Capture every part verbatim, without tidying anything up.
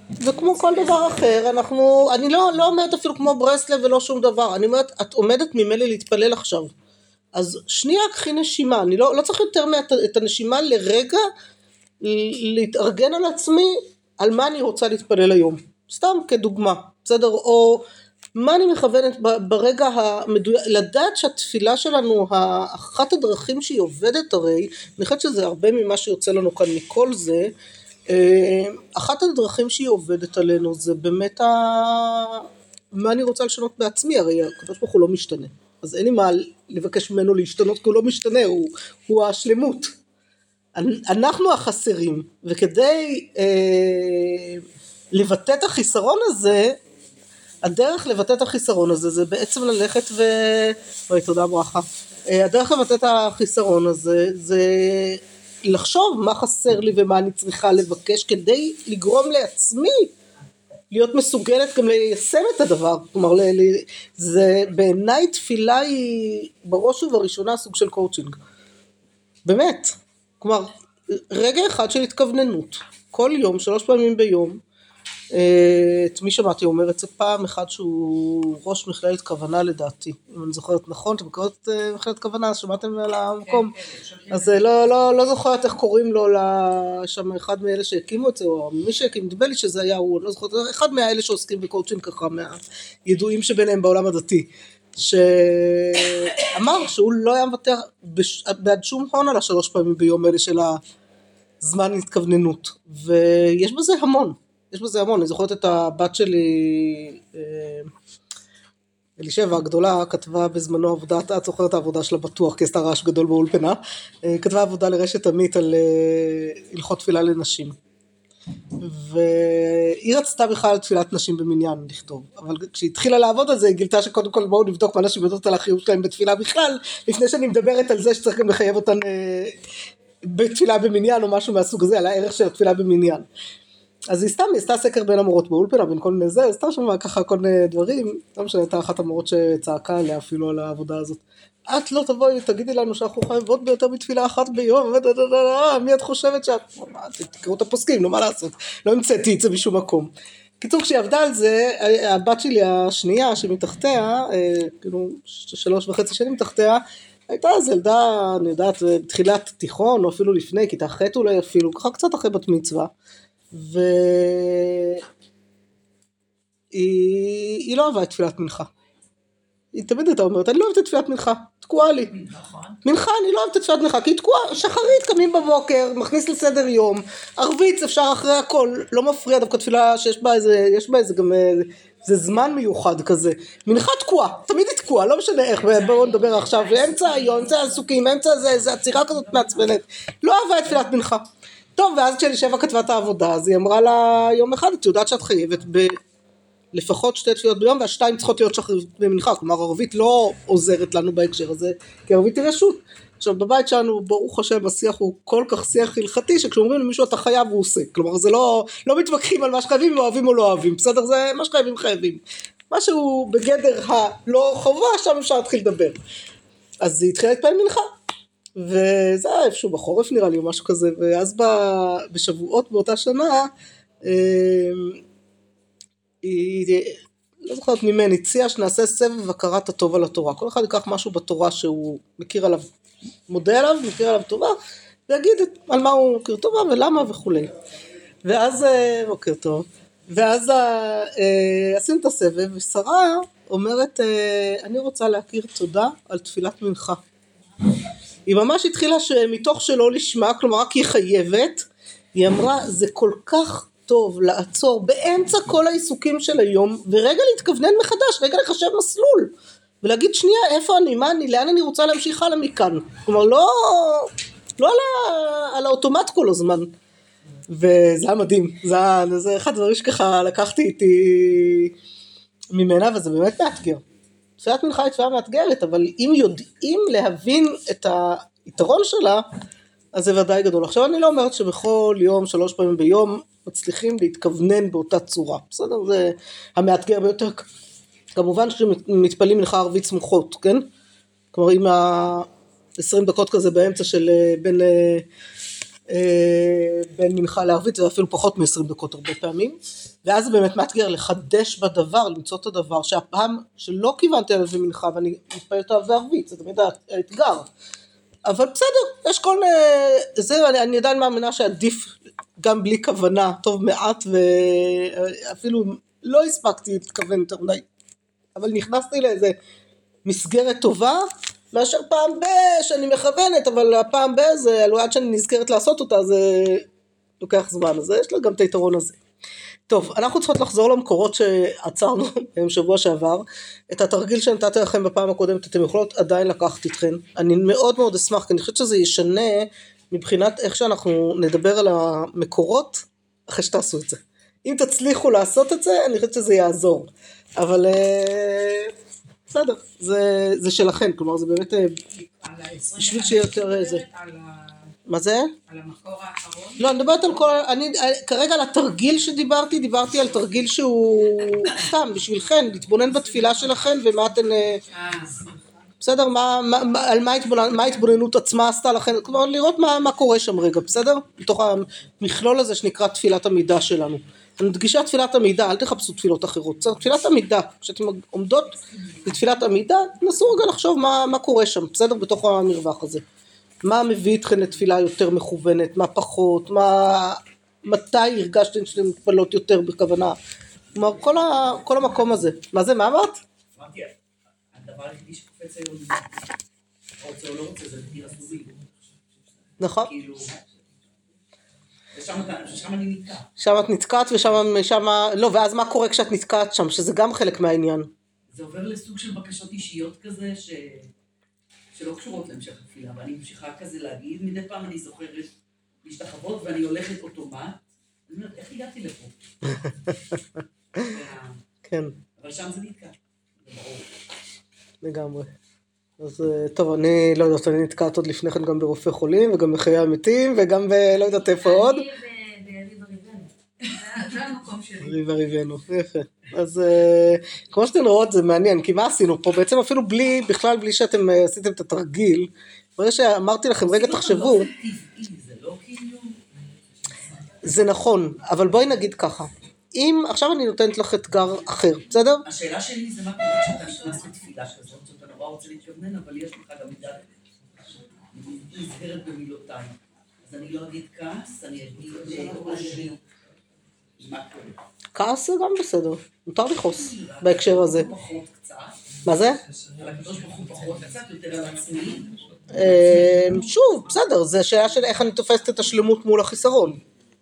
וכמו כל דבר אחר, אנחנו, אני לא, לא אומרת אפילו כמו ברסלב ולא שום דבר, אני אומרת, את עומדת ממילא להתפלל עכשיו, אז שנייה קחי נשימה, אני לא, לא צריך יותר מעט, את הנשימה לרגע, להתארגן על עצמי, על מה אני רוצה להתפלל היום, סתם כדוגמה, בסדר, או מה אני מכוונת ברגע המדויק, לדעת שהתפילה שלנו, אחת הדרכים שהיא עובדת הרי, אני חושבת שזה הרבה ממה שיוצא לנו כאן מכל זה, אחת הדרכים שהיא עובדת עלינו זה באמת ה... מה אני רוצה לשנות בעצמי, הרי הקדוש ברוך הוא לא משתנה, אז אין לי מה לבקש ממנו להשתנות כי הוא לא משתנה, הוא, הוא השלמות, אנחנו החסרים, וכדי אה, לבטא את החיסרון הזה, הדרך לבטא את החיסרון הזה זה בעצם ללכת ו... אוי תודה ברכה, הדרך לבטא את החיסרון הזה זה לחשוב מה חסר לי ומה אני צריכה לבקש כדי לגרום לעצמי להיות מסוגלת גם ליישם את הדבר, כלומר זה בעיניי תפילה היא בראש ובראשונה סוג של קואוצ'ינג, באמת, כלומר רגע אחד של התכווננות, כל יום שלוש פעמים ביום, את מי שמעתי אומר את זה פעם אחד שהוא ראש מכללת כוונה לדעתי, אם אני זוכרת נכון, אתם מכירות מכללת כוונה, שמעתם על המקום, אז לא, לא, לא זוכרת איך קוראים לו, שם אחד מאלה שהקימו את זה, או מי שהקים, נדמה לי שזה היה הוא, לא זוכרת, אחד מהאלה שעוסקים בקואוצ'ינג ככה, מהידועים שביניהם בעולם הדתי, שאמר שהוא לא היה מוותר בעד שום הון על השלוש פעמים ביום האלה של הזמן התכווננות, ויש בזה המון, יש בזה המון, אני זוכרת את הבת שלי, אלישבע הגדולה, כתבה בזמנו עבודה, את זוכרת העבודה שלה בטוח, כי עשתה רעש גדול באולפנה, כתבה עבודה לרשת עמית על הלכות תפילה לנשים, והיא רצתה בכלל על תפילת נשים במניין לכתוב, אבל כשהיא התחילה לעבוד על זה, היא גילתה שקודם כל בואו נבדוק מה נשים יודעות על החיוב שלהם בתפילה בכלל, לפני שאני מדברת על זה שצריך גם לחייב אותן בתפילה במניין או משהו מהסוג הזה, על הערך של התפילה במניין. אז היא סתם, היא עשתה סקר בין המורות באולפנה, בין כל מיני זה, עשתה שם ככה כל מיני דברים, לא משנה, הייתה אחת המורות שצעקה עליה אפילו על העבודה הזאת. את לא תבואי, תגידי לנו שאנחנו חייבות ביותר בתפילה אחת ביום, מי את חושבת שאת, תקראו את הפוסקים, נו מה לעשות, לא המצאתי את זה בשום מקום. קיצור, כשהיא עבדה על זה, הבת שלי השנייה שמתחתיה, כאילו שלוש וחצי שנים מתחתיה, הייתה אז ילדה, אני יודעת, בתחילת תיכון, או אפילו לפני, כיתה ח' אולי אפילו, ככה קצת אחרי בת מצווה, והיא היא לא אהבה את תפילת מנחה, היא תמיד הייתה אומרת, אני לא אוהבת את תפילת מנחה, תקועה לי, מנחה אני לא אוהבת את תפילת מנחה, כי היא תקועה, שחרית קמים בבוקר, מכניס לסדר יום, ערבית אפשר אחרי הכל, לא מפריע דווקא תפילה שיש בה איזה, יש בה איזה גם, זה זמן מיוחד כזה, מנחה תקועה, תמיד היא תקועה, לא משנה איך, בואו נדבר עכשיו, באמצע היום, באמצע העסוקים, באמצע זה, זה עצירה כזאת מעצבנת, לא אהבה את תפילת מנחה. טוב, ואז כשאלישבע כתבה את העבודה, אז היא אמרה לה יום אחד, את יודעת שאת חייבת בלפחות שתי תפילות ביום, והשתיים צריכות להיות שחרית במנחה, כלומר ערבית לא עוזרת לנו בהקשר הזה, כי ערבית היא רשות. עכשיו בבית שלנו, ברוך השם, השיח הוא כל כך שיח הלכתי, שכשאומרים למישהו אתה חייב הוא עושה, כלומר זה לא, לא מתווכחים על מה שחייבים, אם אוהבים או לא אוהבים, בסדר, זה מה שחייבים חייבים. משהו בגדר הלא חובה, שם אפשר להתחיל לדבר. אז היא התחילה להתפעל מנחה. וזה היה איפשהו בחורף נראה לי או משהו כזה, ואז בשבועות באותה שנה, היא, לא זוכרת ממני, הציעה שנעשה סבב הכרת הטוב על התורה, כל אחד ייקח משהו בתורה שהוא מכיר עליו, מודה עליו, מכיר עליו טובה, ויגיד על מה הוא מכיר טובה ולמה וכולי. ואז, בוקר טוב, ואז עשינו את הסבב, ושרה אומרת, אני רוצה להכיר תודה על תפילת מנחה. היא ממש התחילה שמתוך שלא לשמה, כלומר רק היא חייבת, היא אמרה זה כל כך טוב לעצור באמצע כל העיסוקים של היום, ורגע להתכוונן מחדש, רגע לחשב מסלול, ולהגיד שנייה איפה אני, מה אני, לאן אני רוצה להמשיך הלאה מכאן, כלומר לא, לא על, ה, על האוטומט כל הזמן, וזה היה מדהים, זה, זה אחד הדברים שככה לקחתי איתי ממנה, וזה באמת מאתגר. תפילת מנחה היא תפילה מאתגרת, אבל אם יודעים להבין את היתרון שלה, אז זה ודאי גדול. עכשיו אני לא אומרת שבכל יום, שלוש פעמים ביום, מצליחים להתכוונן באותה צורה. בסדר? זה המאתגר ביותר. כמובן שמתפלים מנחה ערבית סמוכות, כן? כלומר, עם ה-עשרים דקות כזה באמצע של בין בין מנחה לערבית, זה אפילו פחות מ-עשרים דקות הרבה פעמים, ואז זה באמת מאתגר לחדש בדבר, למצוא את הדבר שהפעם שלא כיוונתי עליו במנחה ואני מתפללת עליו בערבית, זה תמיד האתגר, אבל בסדר, יש כל, זה אני, אני עדיין מאמינה שעדיף גם בלי כוונה, טוב מעט, ואפילו לא הספקתי להתכוון יותר מדי, אבל נכנסתי לאיזה מסגרת טובה, מאשר פעם ב שאני מכוונת, אבל הפעם ב זה, עד שאני נזכרת לעשות אותה, זה לוקח זמן, אז יש לה גם את היתרון הזה. טוב, אנחנו צריכות לחזור למקורות שעצרנו בשבוע שעבר, את התרגיל שנתתי לכם בפעם הקודמת, אתם יכולות עדיין לקחת איתכם, אני מאוד מאוד אשמח, כי אני חושבת שזה ישנה, מבחינת איך שאנחנו נדבר על המקורות, אחרי שתעשו את זה. אם תצליחו לעשות את זה, אני חושבת שזה יעזור, אבל בסדר, זה, זה שלכם, כלומר זה באמת בשביל שיהיה יותר איזה. מה זה? על המקור האחרון? לא, אני מדברת על כל, אני כרגע על התרגיל שדיברתי, דיברתי על תרגיל שהוא סתם בשבילכם, להתבונן בתפילה שלכם ומה אתן, בסדר, מה, מה, על מה ההתבוננות, מה ההתבוננות עצמה עשתה לכם, כלומר לראות מה, מה קורה שם רגע, בסדר? בתוך המכלול הזה שנקרא תפילת המידה שלנו. אני מדגישה תפילת המידה, אל תחפשו תפילות אחרות, בסדר? תפילת המידה, כשאתם עומדות לתפילת המידה, נסו רגע לחשוב מה, מה קורה שם, בסדר? בתוך המרווח הזה. מה מביא אתכם לתפילה יותר מכוונת, מה פחות, מה, מתי הרגשתם שאתם מתפללות יותר בכוונה, כלומר כל, ה, כל המקום הזה. מה זה, מה אמרת? אמרתי, הדבר היחידי שקופץ היום, רוצה או לא רוצה, זה תדיר הסובי. נכון. כאילו, ושם אני נתקע. שם את נתקעת ושם, שם, לא, ואז מה קורה כשאת נתקעת שם, שזה גם חלק מהעניין. זה עובר לסוג של בקשות אישיות כזה, ש... שלא קשורות להמשך התפילה, ואני ממשיכה כזה להגיד, מדי פעם אני זוכרת להשתחוות ואני הולכת אוטומט, אני אומרת, איך הגעתי לפה? כן. אבל שם זה נתקע, זה ברור. לגמרי. אז טוב, אני לא יודעת, אני נתקעת עוד לפני כן גם ברופא חולים, וגם בחיי המתים, וגם בלא יודעת איפה עוד. אני בריבה ריבנו. זה המקום שלי. ריבה ריבנו, יפה. אז כמו שאתם רואות זה מעניין, כי מה עשינו פה? בעצם אפילו בלי, בכלל בלי שאתם עשיתם את התרגיל, ברגע שאמרתי לכם, רגע תחשבו. זה לא כאילו... זה נכון, אבל בואי נגיד ככה. אם, עכשיו אני נותנת לך אתגר אחר, בסדר? השאלה שלי זה מה קורה כשאתה נכנס לתפילה כזאת, שאתה נורא רוצה להתכוונן, אבל יש לך גם מידה נזהרת במילותיי. אז אני לא אגיד כעס, אני אגיד אושר. מה קורה? כעס זה גם בסדר, מותר לכעוס בהקשר הזה. פחות קצת. מה זה? על הקדוש ברוך הוא פחות קצת, יותר על עצמי. שוב, בסדר, זה שאלה של איך אני תופסת את השלמות מול החיסרון.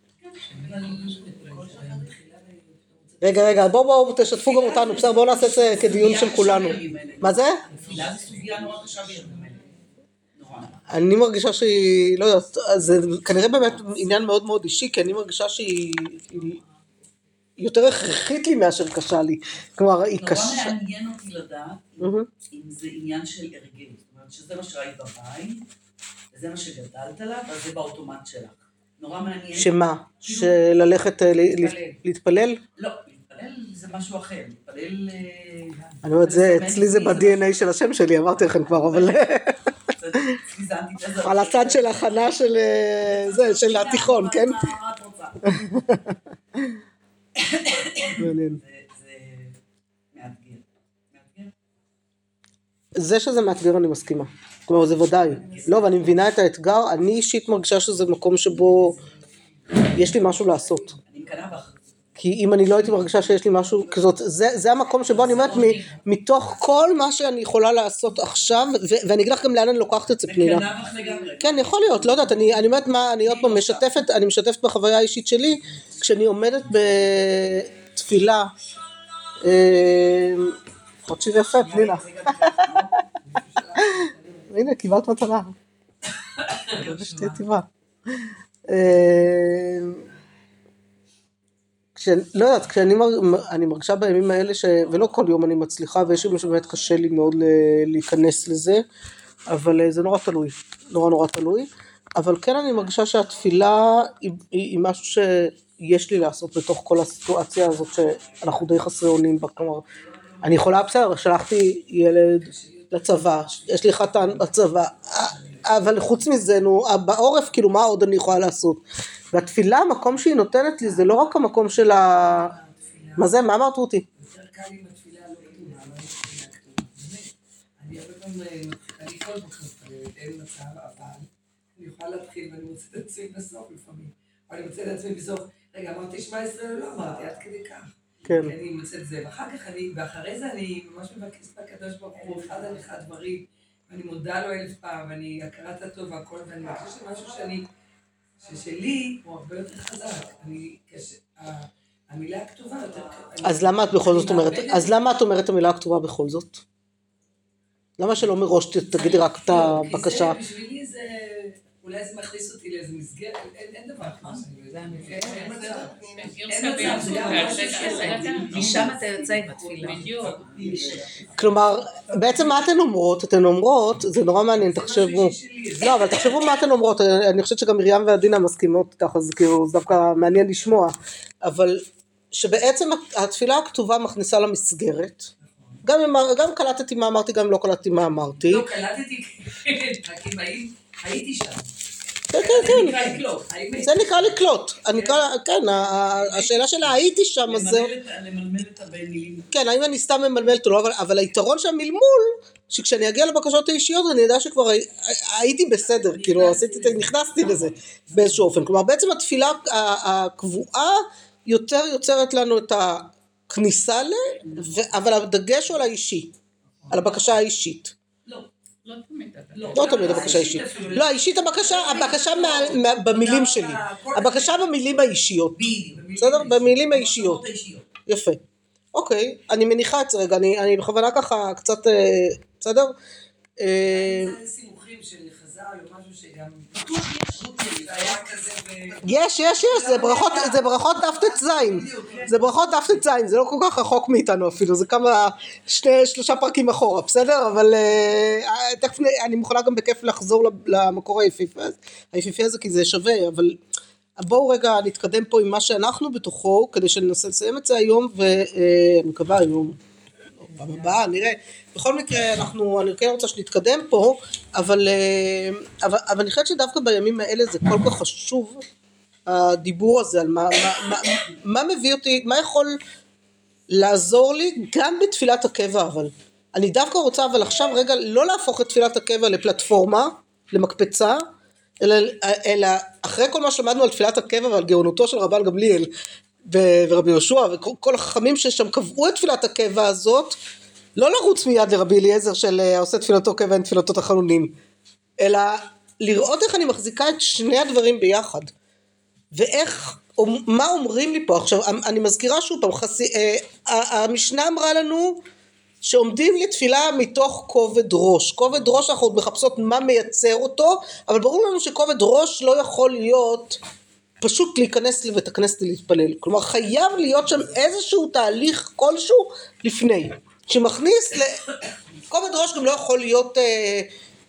רגע, רגע, בואו בואו תשתפו גם אותנו, בסדר, בואו נעשה את זה כדיון של כולנו. מה זה? תפילה זה סוגיה נורא קשה בימים. נורא. אני מרגישה שהיא, לא יודעת, זה כנראה באמת עניין מאוד מאוד אישי, כי אני מרגישה שהיא יותר הכרחית לי מאשר קשה לי. כלומר, היא קשה. נורא מעניין אותי לדעת אם זה עניין של הרגל. זאת אומרת, שזה מה שראית בבית, וזה מה שגדלת עליו, אז זה באוטומט שלך. נורא מעניין. שמה? שללכת להתפלל? לא, להתפלל זה משהו אחר. להתפלל... אני אומרת, אצלי זה ב-די אן איי של השם שלי, אמרתי לכם כבר, אבל... על הצד של הכנה של זה, של התיכון, כן? מה את רוצה? מעניין. זה מאתגר. מאתגר? זה שזה מאתגר אני מסכימה. כלומר זה ודאי. לא, ואני מבינה את האתגר, אני אישית מרגישה שזה מקום שבו יש לי משהו לעשות. אני מקנה בך. כי אם אני לא הייתי מרגישה שיש לי משהו, כזאת, זה, זה המקום שבו אני אומרת, מתוך כל מה שאני יכולה לעשות עכשיו, ו- ואני אגיד לך גם לאן אני לוקחת את זה פנינה. מקנה בך לגמרי. כן, יכול להיות, לא יודעת, אני, אני אומרת מה, אני עוד פעם משתפת, אני משתפת בחוויה האישית שלי, כשאני עומדת בתפילה, חודשי ויפה, פנינה. הנה, קיבלת מטרה. שתהיה טבעה. לא יודעת, כשאני אני מרגישה בימים האלה, ש, ולא כל יום אני מצליחה, ויש ימים שבאמת קשה לי מאוד להיכנס לזה, אבל זה נורא תלוי, נורא נורא תלוי, אבל כן אני מרגישה שהתפילה היא, היא משהו שיש לי לעשות בתוך כל הסיטואציה הזאת, שאנחנו די חסרי אונים בה, כלומר, אני יכולה, בסדר, שלחתי ילד לצבא, יש לי חתן בצבא, אבל חוץ מזה, נו, בעורף, כאילו, מה עוד אני יכולה לעשות? והתפילה, המקום שהיא נותנת לי, זה לא רק המקום של ה... מה זה? מה אמרת רותי? יותר קל עם התפילה לא כתובה, לא התפילה כתובה. אני הרבה פעמים, אני כל בוקר מתפללת, אין מצב, אבל אני יכולה להתחיל ואני מוצאת את עצמי בסוף לפעמים. או אני מוצאת את עצמי בסוף, רגע, אמרתי שמע ישראל או לא אמרתי, עד כדי כך. כן. אני מוצאת את זה, ואחר כך אני, ואחרי זה אני ממש מבקשת בקדוש ברוך הוא, אחד על אחד דברים, ואני מודה לו אלף פעם, ואני הכרת הטוב והכל, ואני מרגישה משהו שאני, ששלי הוא הרבה יותר חזק. אני, המילה הכתובה יותר... אז למה את בכל זאת אומרת, אז למה את אומרת המילה הכתובה בכל זאת? למה שלא מראש תגידי רק את הבקשה? כי זה, בשבילי זה, אולי זה מכניס אותי לאיזה מסגרת, אין דבר כזה, אין מצב. משם אתה יוצא עם התפילה. כלומר, בעצם מה אתן אומרות? אתן אומרות, זה נורא מעניין, תחשבו. לא, אבל תחשבו מה אתן אומרות, אני חושבת שגם מרים ועדינה מסכימות איתך, אז כאילו, זה דווקא מעניין לשמוע, אבל שבעצם התפילה הכתובה מכניסה למסגרת, גם, גם קלטתי מה אמרתי, גם לא קלטתי מה אמרתי. לא, קלטתי, רק אם הייתי שם. כן, כן, כן. זה נקרא לקלוט. זה נקרא לקלוט. כן, השאלה שלה, הייתי שם, אז זה... למלמל את המילים. כן, האם אני סתם ממלמלת או לא, אבל היתרון של המלמול, שכשאני אגיע לבקשות האישיות, אני יודע שכבר הייתי בסדר, כאילו, נכנסתי לזה באיזשהו אופן. כלומר, בעצם התפילה הקבועה יותר יוצרת לנו את הכניסה ל... אבל הדגש הוא על האישי, על הבקשה האישית. לא, לא תמיד. לא תמיד הבקשה האישית. לא, האישית הבקשה, הבקשה במילים שלי. הבקשה במילים האישיות. בסדר? במילים האישיות. יפה. אוקיי, אני מניחה את זה רגע, אני בכוונה ככה קצת, בסדר? זה סימוכים של חז"ל או משהו שגם... יש, יש, יש, זה ברכות, זה ברכות ת"ט זין, זה ברכות ת"ט זין, זה לא כל כך רחוק מאיתנו אפילו, זה כמה, שני, שלושה פרקים אחורה, בסדר? אבל תכף אני מוכנה גם בכיף לחזור למקור היפיפי, היפיפי הזה כי זה שווה, אבל בואו רגע נתקדם פה עם מה שאנחנו בתוכו, כדי שננסה לסיים את זה היום, ואני מקווה היום, פעם הבאה, נראה. בכל מקרה, אנחנו, אני כן רוצה שנתקדם פה, אבל, אבל, אבל אני חושבת שדווקא בימים האלה זה כל כך חשוב, הדיבור הזה על מה, מה, מה, מה מביא אותי, מה יכול לעזור לי, גם בתפילת הקבע, אבל. אני דווקא רוצה, אבל עכשיו רגע, לא להפוך את תפילת הקבע לפלטפורמה, למקפצה, אלא, אלא אחרי כל מה שלמדנו על תפילת הקבע ועל גאונותו של רבן גמליאל, ורבי יהושע, וכל החכמים ששם קבעו את תפילת הקבע הזאת, לא לרוץ מיד לרבי אליעזר של עושה תפילתו קבע אין תפילתו תחנונים, אלא לראות איך אני מחזיקה את שני הדברים ביחד, ואיך, מה אומרים לי פה עכשיו, אני מזכירה שוב פעם, חסי, המשנה אמרה לנו, שעומדים לתפילה מתוך כובד ראש, כובד ראש אנחנו עוד מחפשות מה מייצר אותו, אבל ברור לנו שכובד ראש לא יכול להיות, פשוט להיכנס לבית הכנסת להתפלל, כלומר חייב להיות שם איזשהו תהליך כלשהו לפני, שמכניס, כובד ראש גם לא יכול להיות אה,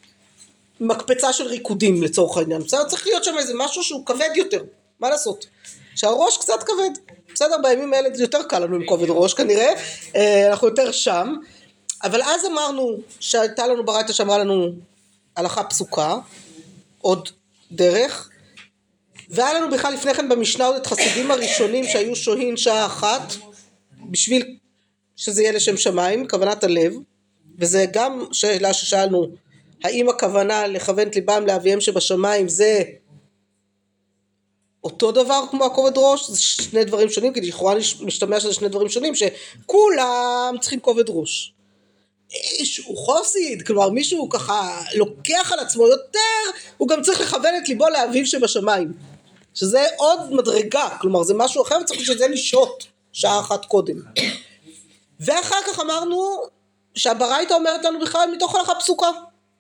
מקפצה של ריקודים לצורך העניין, בסדר? צריך להיות שם איזה משהו שהוא כבד יותר, מה לעשות? שהראש קצת כבד, בסדר? בימים האלה זה יותר קל לנו עם כובד ראש כנראה, אה, אנחנו יותר שם, אבל אז אמרנו שהייתה לנו ברייתא שאמרה לנו הלכה פסוקה, עוד דרך, והיה לנו בכלל לפני כן במשנה עוד את חסידים הראשונים שהיו שוהים שעה אחת, בשביל שזה יהיה לשם שמיים, כוונת הלב, וזה גם שאלה ששאלנו, האם הכוונה לכוון את ליבם לאביהם שבשמיים זה אותו דבר כמו הכובד ראש? זה שני דברים שונים, כי לכאורה משתמע שזה שני דברים שונים, שכולם צריכים כובד ראש. שהוא חוסיד, כלומר מישהו ככה לוקח על עצמו יותר, הוא גם צריך לכוון את ליבו לאביו שבשמיים, שזה עוד מדרגה, כלומר זה משהו אחר, צריך שזה לשהות שעה אחת קודם. ואחר כך אמרנו שהברייתא אומרת לנו בכלל מתוך הלכה פסוקה,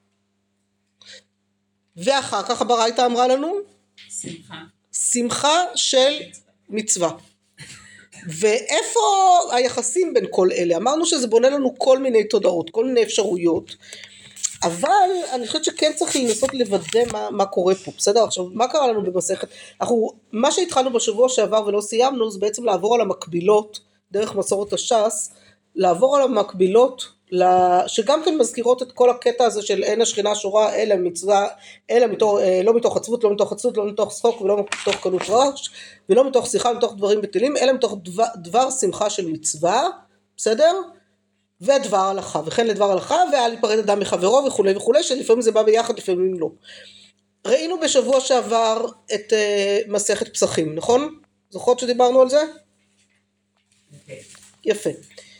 ואחר כך הברייתא אמרה לנו שמחה שמחה של מצווה. ואיפה היחסים בין כל אלה? אמרנו שזה בונה לנו כל מיני תודעות, כל מיני אפשרויות, אבל אני חושבת שכן צריך לנסות לוודא מה, מה קורה פה, בסדר? עכשיו, מה קרה לנו במסכת? אנחנו, מה שהתחלנו בשבוע שעבר ולא סיימנו, זה בעצם לעבור על המקבילות, דרך מסורת הש"ס, לעבור על המקבילות שגם כן מזכירות את כל הקטע הזה של אין השכינה שורה אלא מצווה, אלא מתוך, לא מתוך עצבות, לא מתוך עצות, לא מתוך צחוק ולא מתוך קלות ראש ולא מתוך שיחה, מתוך דברים בטלים, אלא מתוך דבר, דבר שמחה של מצווה, בסדר? ודבר הלכה, וכן לדבר הלכה, ואל ייפרד אדם מחברו וכולי וכולי, שלפעמים זה בא ביחד, לפעמים לא. ראינו בשבוע שעבר את uh, מסכת פסחים, נכון? זוכרות שדיברנו על זה? Okay. יפה.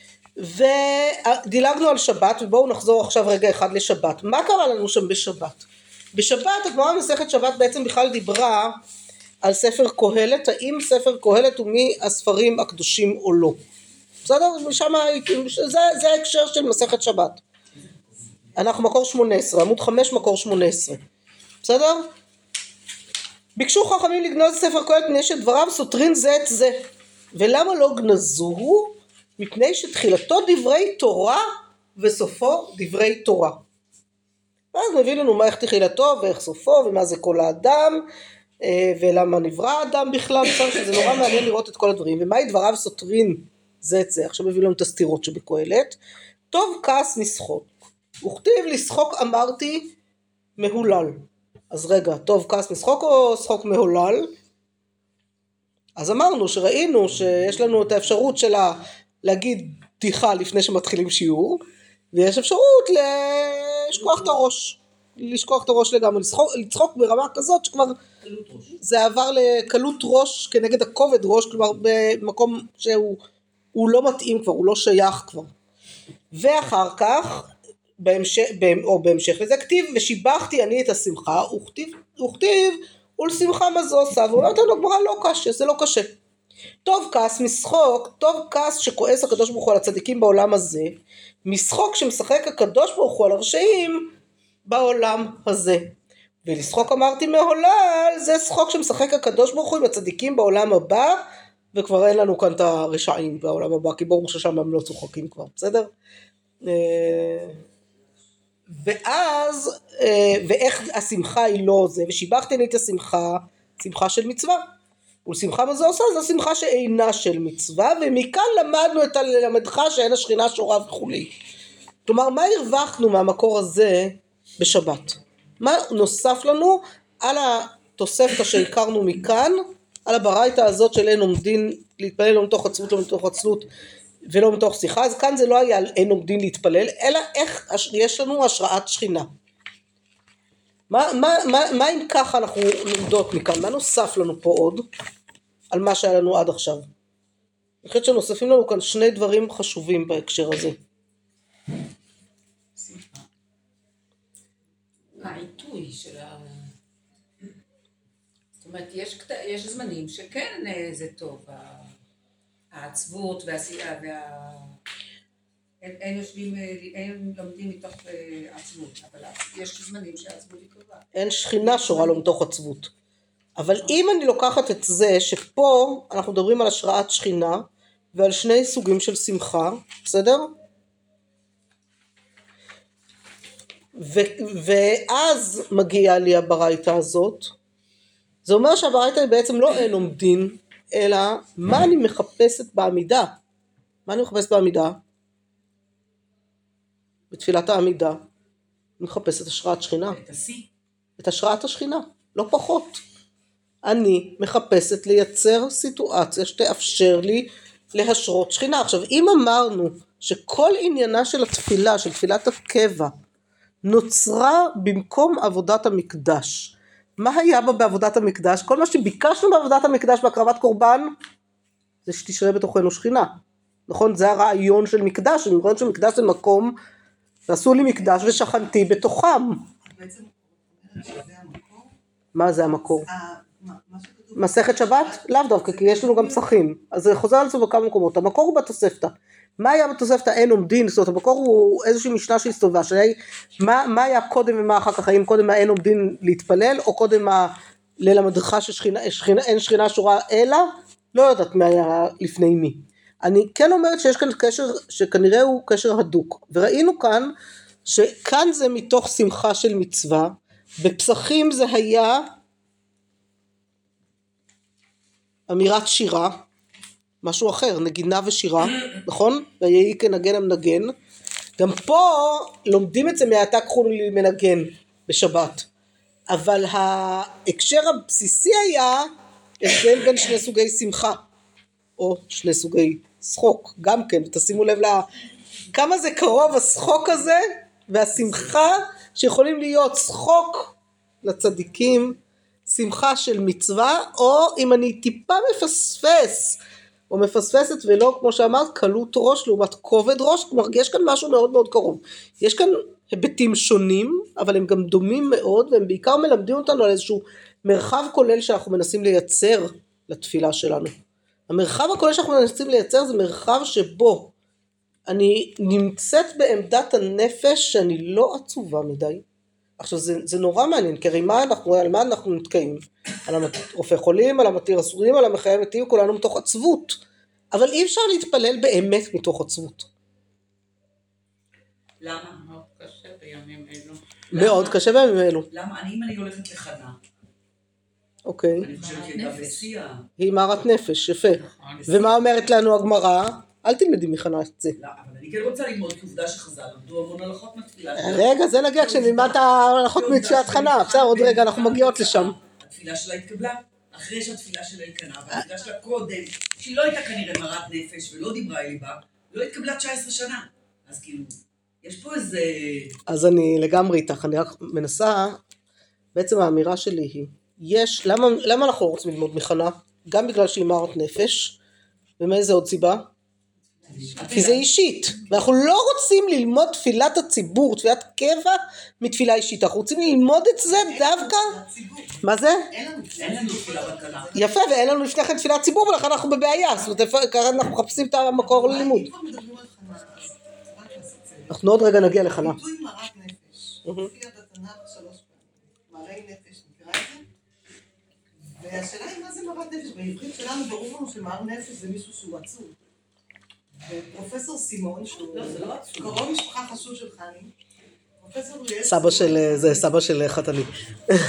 ודילגנו על שבת, ובואו נחזור עכשיו רגע אחד לשבת. מה קרה לנו שם בשבת? בשבת, הגמרא במסכת שבת בעצם בכלל דיברה על ספר קהלת, האם ספר קהלת הוא מהספרים הקדושים או לא. בסדר? משם, זה, זה ההקשר של מסכת שבת. אנחנו מקור שמונה עשרה, עמוד חמש מקור שמונה עשרה. בסדר? ביקשו חכמים לגנוז ספר קהלת מפני שדבריו סותרים זה את זה. ולמה לא גנזוהו? מפני שתחילתו דברי תורה וסופו דברי תורה. אז מביא לנו מה איך תחילתו ואיך סופו ומה זה כל האדם ולמה נברא האדם בכלל, שזה נורא מעניין לראות את כל הדברים. ומהי דבריו סותרים זה את זה. עכשיו מביא לנו את הסתירות שבקהלת. טוב כעס משחוק. וכתיב לשחוק אמרתי מהולל. אז רגע, טוב כעס משחוק או שחוק מהולל? אז אמרנו שראינו שיש לנו את האפשרות שלה להגיד בדיחה לפני שמתחילים שיעור, ויש אפשרות לשכוח את הראש, לשכוח את הראש לגמרי, לצחוק, לצחוק ברמה כזאת שכבר זה עבר לקלות ראש כנגד הכובד ראש, כלומר במקום שהוא הוא לא מתאים כבר, הוא לא שייך כבר. ואחר כך, בהמשך, או בהמשך לזה כתיב, ושיבחתי אני את השמחה, וכתיב, וכתיב ולשמחה מה זו עושה, והוא אומר לנו הגמרא לא קשה, זה לא קשה. טוב כעס משחוק, טוב כעס שכועס הקדוש ברוך הוא על הצדיקים בעולם הזה, משחוק שמשחק הקדוש ברוך הוא על הרשעים בעולם הזה. ולשחוק אמרתי מהולל, זה שחוק שמשחק הקדוש ברוך הוא עם הצדיקים בעולם הבא, וכבר אין לנו כאן את הרשעים בעולם הבא, כי ברור ששם הם לא צוחקים כבר, בסדר? ואז, ואיך השמחה היא לא זה, ושיבחתי אני את השמחה, שמחה של מצווה. ולשמחה מה זה עושה? זו שמחה שאינה של מצווה, ומכאן למדנו את הלמדך שאין השכינה שורה וכולי. כלומר, מה הרווחנו מהמקור הזה בשבת? מה נוסף לנו על התוספת שהכרנו מכאן, על הברייתא הזאת של אין עומדין להתפלל לא מתוך עצבות, לא מתוך עצלות ולא מתוך שיחה, אז כאן זה לא היה אין עומדין להתפלל, אלא איך יש לנו השראת שכינה. מה, מה, מה, מה אם ככה אנחנו לומדות מכאן? מה נוסף לנו פה עוד על מה שהיה לנו עד עכשיו? אני חושבת שנוספים לנו כאן שני דברים חשובים בהקשר הזה. העיתוי של ה... זאת אומרת, יש, יש זמנים שכן זה טוב, העצבות והעשייה וה... אין יושבים, אין לומדים מתוך עצבות, אבל יש זמנים שהעצבות היא קרובה. אין שכינה שורה לו מתוך עצבות. אבל אם אני לוקחת את זה שפה אנחנו מדברים על השראת שכינה ועל שני סוגים של שמחה, בסדר? ו- ואז מגיעה לי הברייתא הזאת, זה אומר שהברייתא היא בעצם לא אין עומדין, אלא מה אני מחפשת בעמידה. מה אני מחפשת בעמידה? בתפילת העמידה, אני מחפשת השראת שכינה. את השיא. את השראת השכינה, לא פחות. אני מחפשת לייצר סיטואציה שתאפשר לי להשרות שכינה. עכשיו, אם אמרנו שכל עניינה של התפילה, של תפילת הקבע, נוצרה במקום עבודת המקדש, מה היה בה בעבודת המקדש? כל מה שביקשנו בעבודת המקדש בהקרבת קורבן, זה שתשרה בתוכנו שכינה. נכון? זה הרעיון של מקדש, הרעיון של מקדש זה מקום, ועשו לי מקדש ושכנתי בתוכם. בעצם שזה המקור? מה זה המקור? מסכת שבת? לאו דווקא, כי יש לנו גם פסחים. אז זה חוזר על זה בכמה מקומות. המקור הוא בתוספתא. מה היה בתוספתא? אין עומדין, זאת אומרת, המקור הוא איזושהי משנה שהסתובבה, מה, מה היה קודם ומה אחר כך, האם קודם האין עומדין להתפלל, או קודם ללמדך שאין שכינה שורה אלא, לא יודעת מה היה לפני מי. אני כן אומרת שיש כאן קשר שכנראה הוא קשר הדוק, וראינו כאן שכאן זה מתוך שמחה של מצווה, בפסחים זה היה אמירת שירה, משהו אחר, נגינה ושירה, נכון? ויהי כנגן המנגן, גם פה לומדים את זה מהעתה קחו לי מנגן בשבת, אבל ההקשר הבסיסי היה הבדל בין שני סוגי שמחה, או שני סוגי שחוק, גם כן, תשימו לב לה, כמה זה קרוב השחוק הזה והשמחה שיכולים להיות שחוק לצדיקים, שמחה של מצווה, או אם אני טיפה מפספס או מפספסת ולא כמו שאמרת קלות ראש לעומת כובד ראש, כלומר יש כאן משהו מאוד מאוד קרוב, יש כאן היבטים שונים אבל הם גם דומים מאוד, והם בעיקר מלמדים אותנו על איזשהו מרחב כולל שאנחנו מנסים לייצר לתפילה שלנו. המרחב הכולל שאנחנו מנסים לייצר זה מרחב שבו אני נמצאת בעמדת הנפש שאני לא עצובה מדי. עכשיו זה, זה נורא מעניין, כי הרי מה אנחנו, על מה אנחנו נתקעים? על הרופא חולים, על המתיר אסורים, על המחיה מתים, כולנו מתוך עצבות. אבל אי אפשר להתפלל באמת מתוך עצבות. למה? מאוד קשה בימים אלו. מאוד קשה בימים אלו. למה? אני, אם אני הולכת לחנה, אוקיי. אני חושבת שהיא הייתה בשיאה. היא מערת נפש, יפה. ומה אומרת לנו הגמרא? אל תלמדי מחנה את זה. לא, אבל אני כן רוצה ללמוד כעובדה שחז"ל למדו המון הלכות מהתפילה. רגע, זה נגיע כשנלמד ההלכות מתפילת חנה. בסדר, עוד רגע אנחנו מגיעות לשם. התפילה שלה התקבלה, אחרי שהתפילה שלה התקנה, והתפילה שלה קודם, שהיא לא הייתה כנראה מרת נפש ולא דיברה אל ליבה, לא התקבלה תשע עשרה שנה. אז כאילו, יש פה איזה... אז אני לגמרי איתך, אני רק מנסה, בעצם האמירה שלי היא, יש, למה, למה אנחנו לא רוצים ללמוד מחנה? גם בגלל שהיא מרת נפש, ומאיזה עוד סיבה? כי זה אישית, ואנחנו לא רוצים ללמוד תפילת הציבור, תפילת קבע מתפילה אישית, אנחנו רוצים ללמוד את זה דווקא, מה זה? אין לנו תפילה בתקנה. יפה, ואין לנו לפני כן תפילת ציבור, ולכן אנחנו בבעיה, זאת אומרת, ככה אנחנו מחפשים את המקור ללימוד. אם כבר מדברים על חנה, אז רק לעשות סדר. אנחנו עוד רגע נגיע לחנה. ביטוי מרת נפש, מופיע בתנ"ך שלוש פעמים, מראי נפש, נקרא את זה? והשאלה היא מה זה מרת נפש, בעברית שלנו ברור לנו שמר נפש זה מישהו שהוא עצוב. ופרופסור סימון, שהוא קרוב משפחה חשוב של חני, פרופסור ליאל סבא של, זה סבא של חתני. אני,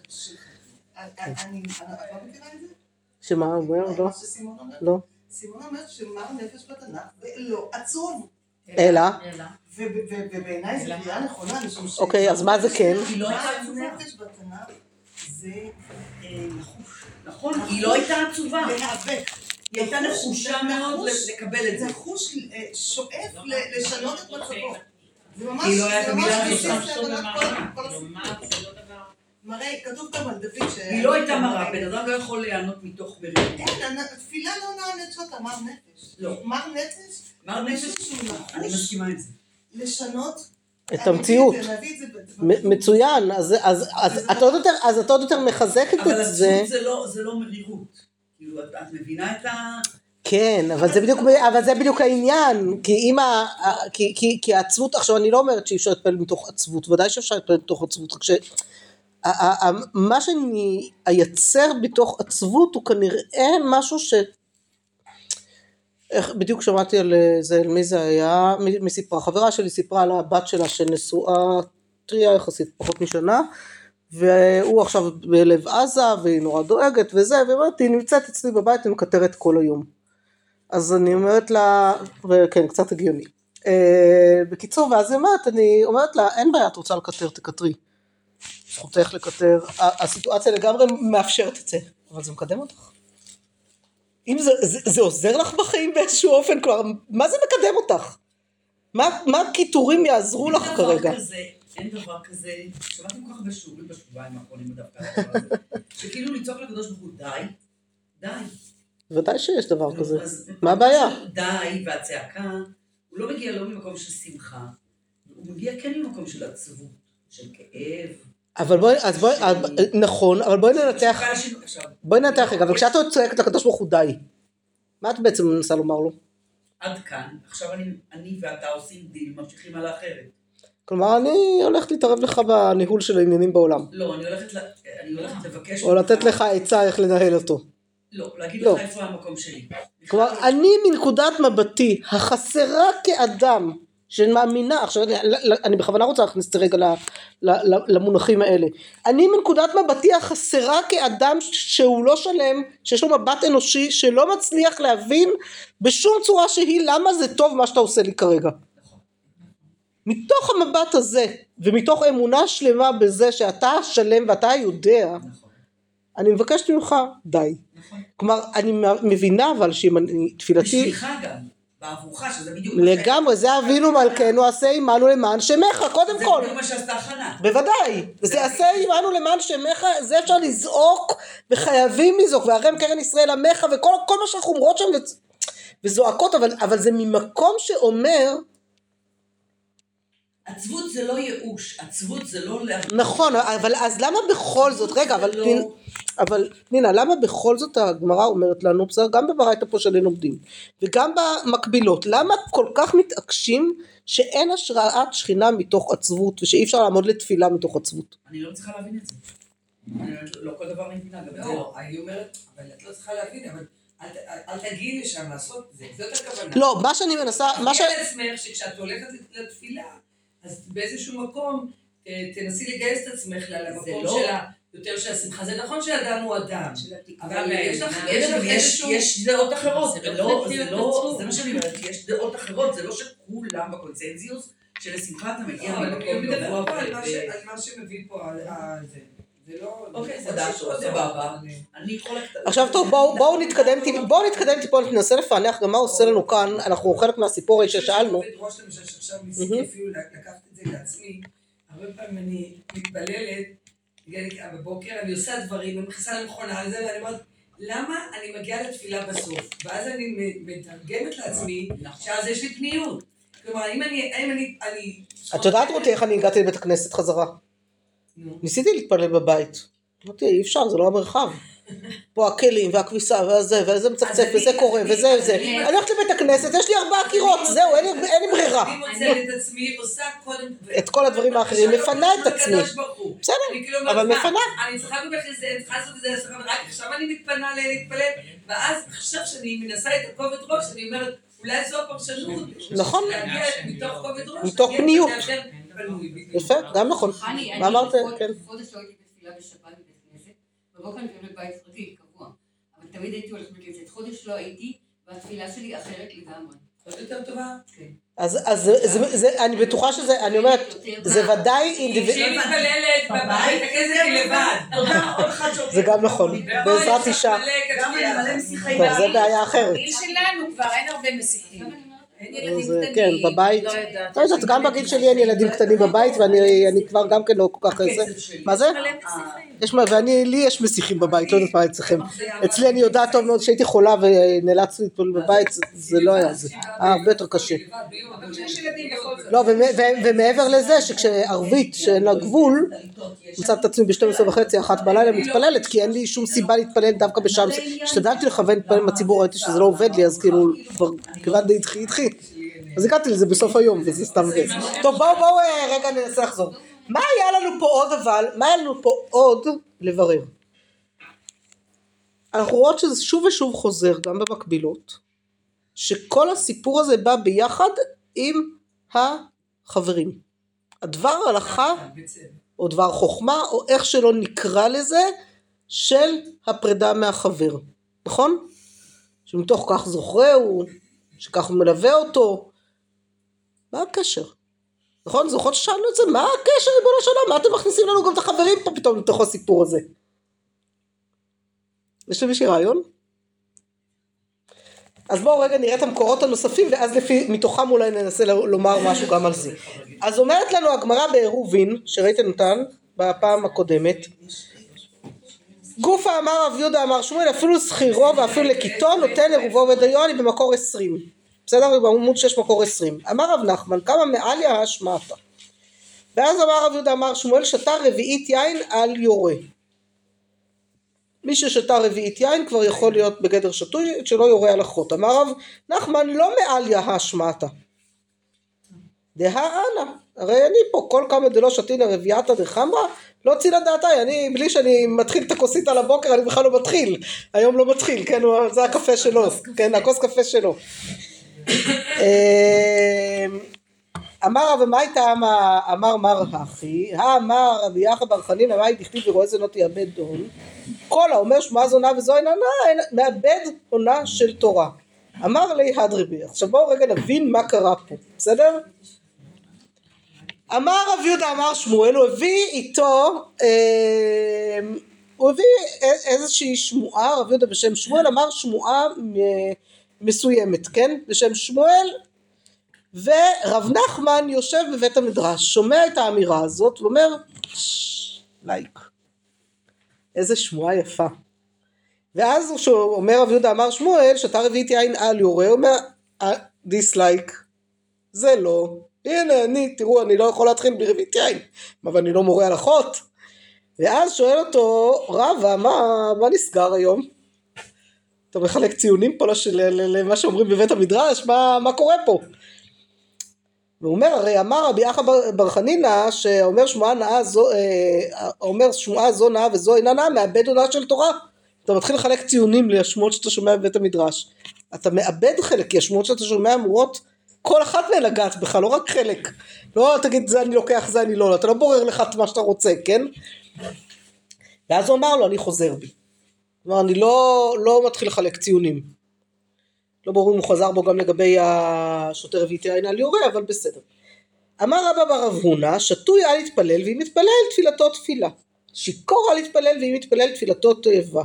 את לא מכירה את זה? שמה הוא אומר? לא. מה שסימון אומר? לא. סימון אומר שמר נפש בתנ"ך ולא עצוב. אלא? ובעיניי זו קריאה נכונה, משום ש... אוקיי, אז מה זה כן? מר נפש בתנ"ך זה נחוש. נכון, היא לא הייתה עצובה. להיאבק. היא הייתה נחושה מאוד לקבל את זה. נחוש שואף לשנות את מצבו. זה ממש... היא לא הייתה מילה בסיס ראשונה. להבנת כל הסיפור. מראה, כתוב גם על דוד ש... היא לא הייתה מרה, בן אדם לא יכול ליהנות מתוך מרירות. אין, התפילה לא נענית שאתה מר נפש. לא. מר נפש? מר נפש, שהוא אני נחוש מסכימה עם זה. לשנות... את המציאות. להביא את זה... מ- מצוין, אז, אז, אז, את עוד יותר, אז את עוד יותר מחזקת אבל את זה. עצות זה לא, זה לא מרירות. כאילו, את, את מבינה את ה... כן, אבל זה בדיוק, אבל זה בדיוק העניין, כי אם ה... כי, כי, כי העצבות, עכשיו אני לא אומרת שאי אפשר להתפלל מתוך עצבות, ודאי שאפשר להתפלל מתוך עצבות, רק ש... ה- ה- מה שאני אייצר בתוך עצבות הוא כנראה משהו ש... איך, בדיוק שמעתי על זה, על מי זה היה, מי, מי סיפרה, חברה שלי סיפרה על הבת שלה שנשואה טריה יחסית פחות משנה, והוא עכשיו בלב עזה והיא נורא דואגת וזה, ואומרת, היא נמצאת אצלי בבית ומקטרת כל היום. אז אני אומרת לה, וכן, קצת הגיוני. אה, בקיצור, ואז היא אומרת, אני אומרת לה, אין בעיה, את רוצה לקטר, תקטרי. זכותך לקטר, הסיטואציה לגמרי מאפשרת את זה, אבל זה מקדם אותך. אם זה, זה, זה עוזר לך בחיים באיזשהו אופן, כלומר, מה זה מקדם אותך? מה, מה הכיתורים יעזרו לך כרגע? כזה, אין דבר כזה, שמעתי כל כך בשיעורים בשבועיים האחרונים דווקא, הדבר הזה, שכאילו לצעוק לקדוש ברוך הוא, די, די. ודאי שיש דבר כזה. אז מה הבעיה? די, והצעקה, הוא לא מגיע לא ממקום של שמחה, הוא מגיע כן ממקום של עצבות, של כאב. אבל בואי, אז בואי, נכון, אבל בואי ננתח, בואי ננתח רגע, אבל כשאת צועקת לקדוש ברוך הוא די, מה את בעצם מנסה לומר לו? עד כאן, עכשיו אני, אני ואתה עושים דיל, ממשיכים על האחרת. כלומר, אני הולכת להתערב לך בניהול של העניינים בעולם. לא, אני הולכת, אני הולכת לבקש... או לתת לך עצה איך לנהל אותו. לא, להגיד לך איפה המקום שלי. כלומר, אני מנקודת מבטי, החסרה כאדם, שמאמינה, עכשיו אני בכוונה רוצה להכניס את הרגע למונחים האלה, אני מנקודת מבטי החסרה כאדם שהוא לא שלם, שיש לו מבט אנושי, שלא מצליח להבין בשום צורה שהיא, למה זה טוב מה שאתה עושה לי כרגע. מתוך המבט הזה, ומתוך אמונה שלמה בזה שאתה שלם ואתה יודע, נכון. אני מבקשת ממך, די. נכון. כלומר, אני מבינה אבל שאם אני, תפילתי, בשבילך גם, בעבורך, שזה בדיוק מה ש- לגמרי, זה אבינו מלכנו, עשה עמנו למען שמך, קודם זה כל. בדיוק מה שעשתה חנה. בוודאי, זה עשה עמנו למען שמך, זה אפשר לזעוק, וחייבים לזעוק, והרם קרן ישראל עמך, וכל כל מה שאנחנו אומרות שם, ו- וזועקות, אבל, אבל זה ממקום שאומר, עצבות זה לא ייאוש, עצבות זה לא... לה- נכון, אבל אז למה בכל זאת, רגע, אבל, לא- פנינה, אבל פנינה, למה בכל זאת הגמרא אומרת לנו, בסדר, גם בברייתא פה שלנו לומדים, וגם במקבילות, למה כל כך מתעקשים שאין השראת שכינה מתוך עצבות, ושאי אפשר לעמוד לתפילה מתוך עצבות? אני לא צריכה להבין את זה. אני אומרת, לא כל דבר אני מבינה, גם את זה לא, לא. אני אומרת, אבל את לא צריכה להבין, אבל אל ת- אל תגיעי לשם לעשות את זה, זאת הכוונה. לא, מה שאני מנסה, מה ש... תגידי לעצמך שכשאת הולכת לתפילה, אז באיזשהו מקום, אה, תנסי לגייס את עצמך למקום לא- שלה, יותר של השמחה. זה נכון שאדם הוא אדם, של התקווה אבל יש לך והאמונה. יש, יש לך יש, איזשהו... יש דעות אחרות, זה זה לא לא, צריך זה להיות לא, עצוב. זה מה שאני אומרת, יש דעות אחרות, זה לא שכולם בקונצנזיוס, שלשמחה אתה מגיע אבל ממקום אני מדבר גבוה. פה על מה ו- ש- על מה שמביא פה, על על זה. זה לא... אוקיי, זה לא דעת שיש עוד סבבה. דעות, אבל- אני חולקת. עכשיו טוב, בואו בואו נתקדם טיפ- בואו נתקדם טיפה, ננסה לפענח גם מה עושה לנו כאן, אנחנו חלק מהסיפור הזה ששאלנו, אני חושבת ראש למשל שעכשיו ניסיתי אפילו לקחת את זה לעצמי, הרבה פעמים אני מתפללת, הגעתי בבוקר, אני עושה דברים, אני מכניסה למכונה על זה, ואני אומרת, למה אני מגיעה לתפילה בסוף? ואז אני מתרגמת לעצמי, שאז יש לי פניות. כלומר, אם אני, אם אני, אני... את יודעת רותי איך אני הגעתי לבית הכנסת חזרה? נו. ניסיתי להתפלל בבית, אמרתי אי אפשר, זה לא המרחב, פה הכלים והכביסה והזה וזה מצפצף אז וזה אני- קורה אני- וזה אז וזה, אני- אני הולכת לבית הכנסת, יש לי ארבעה קירות, זהו, אין לי- אין לי ברירה, אני מוצאת את עצמי, עושה קודם... את כל הדברים האחרים, מפנה את עצמי. בסדר, בסדר, אבל מפנה. אני צריכה באמת לזה, אני צריכה לעשות את זה, לעשות את זה, רק עכשיו אני מתפנה להתפלל, ואז עכשיו שאני מנסה את הכובד ראש, אני אומרת, אולי זו הפרשנות. נכון. להגיע מתוך כובד ראש. מתוך להגיע פניות. יותר פנוי, בדיוק. יפה, גם נכון, חני, מה אמרת? אני כן. חודש לא הייתי בתפילה בשבת בבית כנסת, בבוקר אני קוראים לבית פרטי, קבוע, אבל תמיד הייתי הולכת בבית כנסת, חודש לא הייתי, והתפילה שלי אחרת לגמרי. זאת יותר טובה. כן. אז אז זה- זה- זה- אני בטוחה שזה, אני אומרת, זה ודאי אינדיבידואל, כשהיא מתפללת בבית הכסף היא לבד. תודה, עוד אחד שאומר. זה גם נכון, בעזרת אישה, גם אני מלא משיחי טוב, זה בעיה אחרת, בגיל שלנו כבר אין הרבה מסיחים. אין ילדים זה- קטנים. כן, בבית, לא יודעת. לא יודעת, גם בגיל שלי אין ילדים קטנים בבית, ואני אני כבר גם כן לא כל כך איזה, הקצב שלי. מה זה? מלא מסיחים. יש מה, ואני, לי יש מסיכים בבית, לא יודעת מה אצלכם, אצלי אני יודעת טוב מאוד שהייתי חולה ונאלצתי להתפלל בבית, זה- זה לא היה זה, אה, הרבה יותר קשה. אבל כשיש ילדים בכל זאת. לא, ומ- ו- ומעבר לזה שכשערבית שאין לה גבול, מצאת את עצמי ב-שתים עשרה וחצי, אחת בלילה מתפללת, כי אין לי שום סיבה להתפלל דווקא בשם, השתדלתי לכוון להתפלל עם הציבור, ראיתי שזה לא עובד לי, אז כאילו, כבר כיוון די התחיל, התחיל, אז הגעתי לזה בסוף היום, וזה סתם גס. טוב, בואו, בואו, אה, רגע ננסה לחזור. מה היה לנו פה עוד אבל, מה היה לנו פה עוד לברר? אנחנו רואות שזה שוב ושוב חוזר, גם במקבילות, שכל הסיפור הזה בא ביחד עם החברים. הדבר הלכה, או דבר חוכמה, או איך שלא נקרא לזה, של הפרידה מהחבר. נכון? שמתוך כך זוכרהו, שכך הוא מלווה אותו. מה הקשר? נכון? זוכרות ששאלנו את זה? מה הקשר ריבונו של עולם? מה אתם מכניסים לנו גם את החברים פה פתאום לתוך הסיפור הזה? יש למישהי רעיון? אז בואו רגע נראה את המקורות הנוספים, ואז לפי, מתוכם אולי ננסה לומר משהו גם על זה. אז אומרת לנו הגמרא בעירובין, שראיתם אותן בפעם הקודמת, גופה אמר רב יהודה אמר שמואל, אפילו שכירו ואפילו לקיטון נותן עירובו ודיו, אני במקור עשרים. בסדר? בעמוד שש מקור עשרים. אמר רב נחמן, כמה מעליה השמעת. ואז אמר רב יהודה אמר שמואל, שתה רביעית יין על יורה. מי ששתה רביעית יין כבר יכול להיות בגדר שתוי, שלא יורה על אחות. אמר רב נחמן, לא מעליה השמעת. דה אנא, הרי אני פה כל כמה דלא שתינה רביעתה דחמרה, לא צילה דעתי, אני בלי שאני מתחיל את הכוסית על הבוקר, אני בכלל לא מתחיל, היום לא מתחיל, כן, זה הקפה שלו, כן, הכוס קפה שלו. אמר רב מאי טעמה, אמר מר הכי, האמר רבי יחא בר חנינא מאי דכתיב ורואה זה לא תאבד דון, כל האומר שמע זונה וזו אינה מאבד עונה של תורה. אמר לי הדרבי, עכשיו בואו רגע נבין מה קרה פה, בסדר? אמר רב יהודה אמר שמואל, הוא הביא איתו, אה, הוא הביא איזושהי שמועה, רב יהודה בשם שמואל אמר שמועה מסוימת, כן? בשם שמואל, ורב נחמן יושב בבית המדרש, שומע את האמירה הזאת, ואומר, לייק, איזה שמועה יפה. ואז הוא אומר רב יהודה אמר שמואל, שאתה רביעית יין על יורה, הוא אומר, דיסלייק, זה לא, הנה אני, תראו, אני לא יכול להתחיל ברביעית יין, אבל אני לא מורה הלכות. ואז שואל אותו רבא, מה, מה נסגר היום? אתה מחלק ציונים פה למה שאומרים בבית המדרש, מה, מה קורה פה? והוא אומר, הרי אמר רבי אחא בר חנינא, שאומר שמועה נאה זו, אה, אומר שמועה זו נאה וזו אינה נאה, מאבד עונה של תורה. אתה מתחיל לחלק ציונים לשמועות שאתה שומע בבית המדרש. אתה מאבד חלק, כי השמועות שאתה שומע אמורות, כל אחת מהן לגעת בך, לא רק חלק. לא תגיד, זה אני לוקח, זה אני לא, אתה לא בורר לך את מה שאתה רוצה, כן? ואז הוא אמר לו, אני חוזר בי. כלומר, אני לא, לא מתחיל לחלק ציונים. לא ברור אם הוא חזר בו גם לגבי השוטר רביעית יין על יורה, אבל בסדר. אמר רבא בר רב הונא, שתוי אל יתפלל, ואם יתפלל תפילתו תפילה. שיכור אל יתפלל, ואם יתפלל תפילתו תאבה.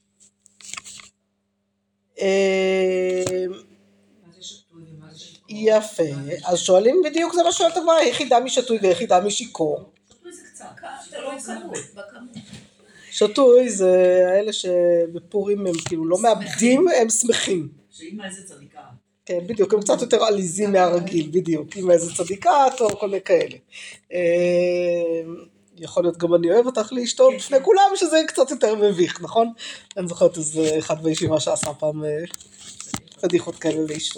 יפה, אז שואלים בדיוק, זה מה שואלת הגמרא, היחידה משתוי ויחידה משיכור. שתוי זה קצת, זה לא בכמות. שתוי זה האלה שבפורים הם כאילו לא מאבדים, הם שמחים. שאמא איזה צדיקה. כן, בדיוק, הם קצת יותר עליזים מהרגיל, בדיוק, אמא איזה צדיקה, או כל מיני כאלה. יכול להיות גם אני אוהב אותך לאשתו בפני כולם, שזה קצת יותר מביך, נכון? אני זוכרת איזה אחד בישיבה שעשה פעם פדיחות כאלה לאשתו.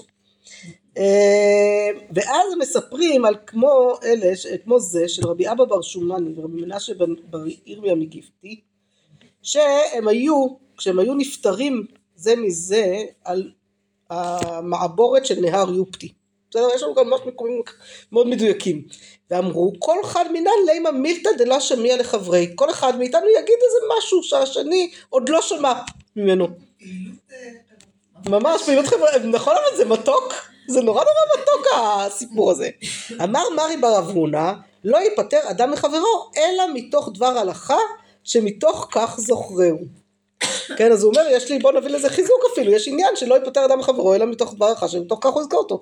ואז מספרים על כמו אלה, כמו זה של רבי אבא בר שומני ורבי מנשה בר ירמיה מגיפתי, שהם היו, כשהם היו נפטרים זה מזה על המעבורת של נהר יופטי. בסדר, יש לנו גם ממש מקומים מאוד מדויקים. ואמרו, כל אחד מינן לימה מילתא דלה שמיה לחברי. כל אחד מאיתנו יגיד איזה משהו שהשני עוד לא שמע ממנו. ממש פעילות חברה, נכון, אבל זה מתוק. זה נורא נורא מתוק הסיפור הזה. אמר מרי בר רב הונא, לא ייפטר אדם מחברו, אלא מתוך דבר הלכה, שמתוך כך זוכרהו. כן, אז הוא אומר, יש לי, בוא נביא לזה חיזוק אפילו, יש עניין שלא ייפטר אדם מחברו, אלא מתוך דבר הלכה, שמתוך כך הוא יזכור אותו.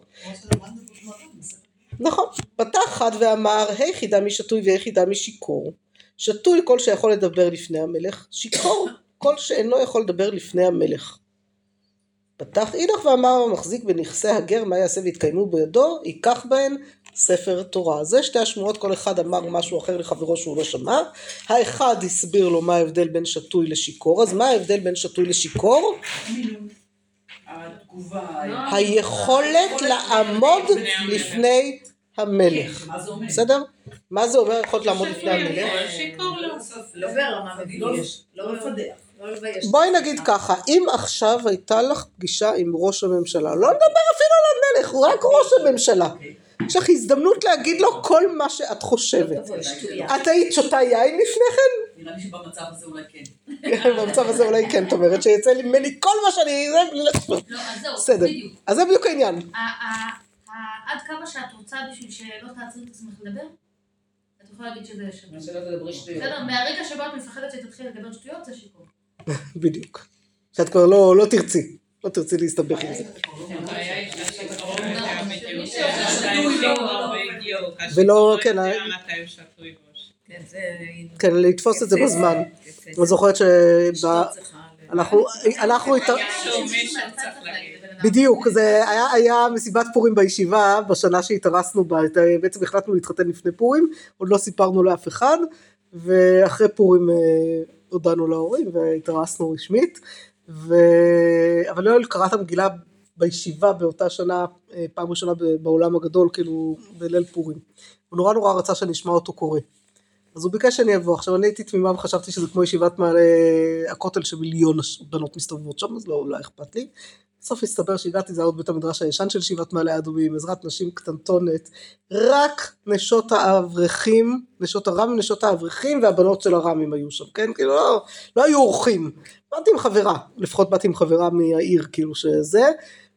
נכון, פתח אחד ואמר, היחידה משתוי והיחידה משיכור, שתוי כל שיכול לדבר לפני המלך, שיכור כל שאינו יכול לדבר לפני המלך. פתח אידך ואמר, מחזיק בנכסי הגר, מה יעשה והתקיימו בידו, ייקח בהן ספר תורה. זה שתי השמועות, כל אחד אמר משהו אחר לחברו שהוא לא שמע. האחד הסביר לו מה ההבדל בין שתוי לשיכור, אז מה ההבדל בין שתוי לשיכור? התגובה. היכולת לעמוד לפני המלך. בסדר? מה זה אומר יכולת לעמוד לפני המלך? שיכור לא. לא ברמה מבייש. לא לפדח. בואי נגיד ככה, אם עכשיו הייתה לך פגישה עם ראש הממשלה, לא נדבר אפילו על המלך, הוא רק ראש הממשלה, יש לך הזדמנות להגיד לו כל מה שאת חושבת. את היית שותה יין לפני כן? נראה לי שבמצב הזה אולי כן. במצב הזה אולי כן, זאת אומרת שיצא לי ממני כל מה שאני... לא, אז זהו, בדיוק. אז זה בדיוק העניין. עד כמה שאת רוצה בשביל שלא תעצרי את עצמך לדבר? את יכולה להגיד שזה שטויות. שלא תדברי שטויות. בסדר, מהרגע שבו את מפחדת שתתחיל לדבר שטויות, זה שיכור. בדיוק. שאת כבר לא, לא תרצי, לא תרצי להסתבך עם זה. ולא, כן, כן, לתפוס את זה בזמן. אני זוכרת שאנחנו, אנחנו, בדיוק, זה היה, היה מסיבת פורים בישיבה, בשנה שהתארסנו בה, בעצם החלטנו להתחתן לפני פורים, עוד לא סיפרנו לאף אחד, ואחרי פורים הודענו להורים והתארסנו רשמית, ו... אבל לא קראת המגילה בישיבה באותה שנה, פעם ראשונה בעולם הגדול, כאילו בליל פורים. הוא נורא נורא רצה שאני אשמע אותו קורא. אז הוא ביקש שאני אבוא. עכשיו אני הייתי תמימה וחשבתי שזה כמו ישיבת מעלה הכותל שמיליון בנות מסתובבות שם, אז לא, לא אכפת לי. בסוף הסתבר שהגעתי, זה עוד בית המדרש הישן של ישיבת מעלה אדומים, עזרת נשים קטנטונת, רק נשות האברכים, נשות הרמים, נשות האברכים והבנות של הרמים היו שם, כן? כאילו לא, לא היו אורחים. באתי עם חברה, לפחות באתי עם חברה מהעיר, כאילו שזה,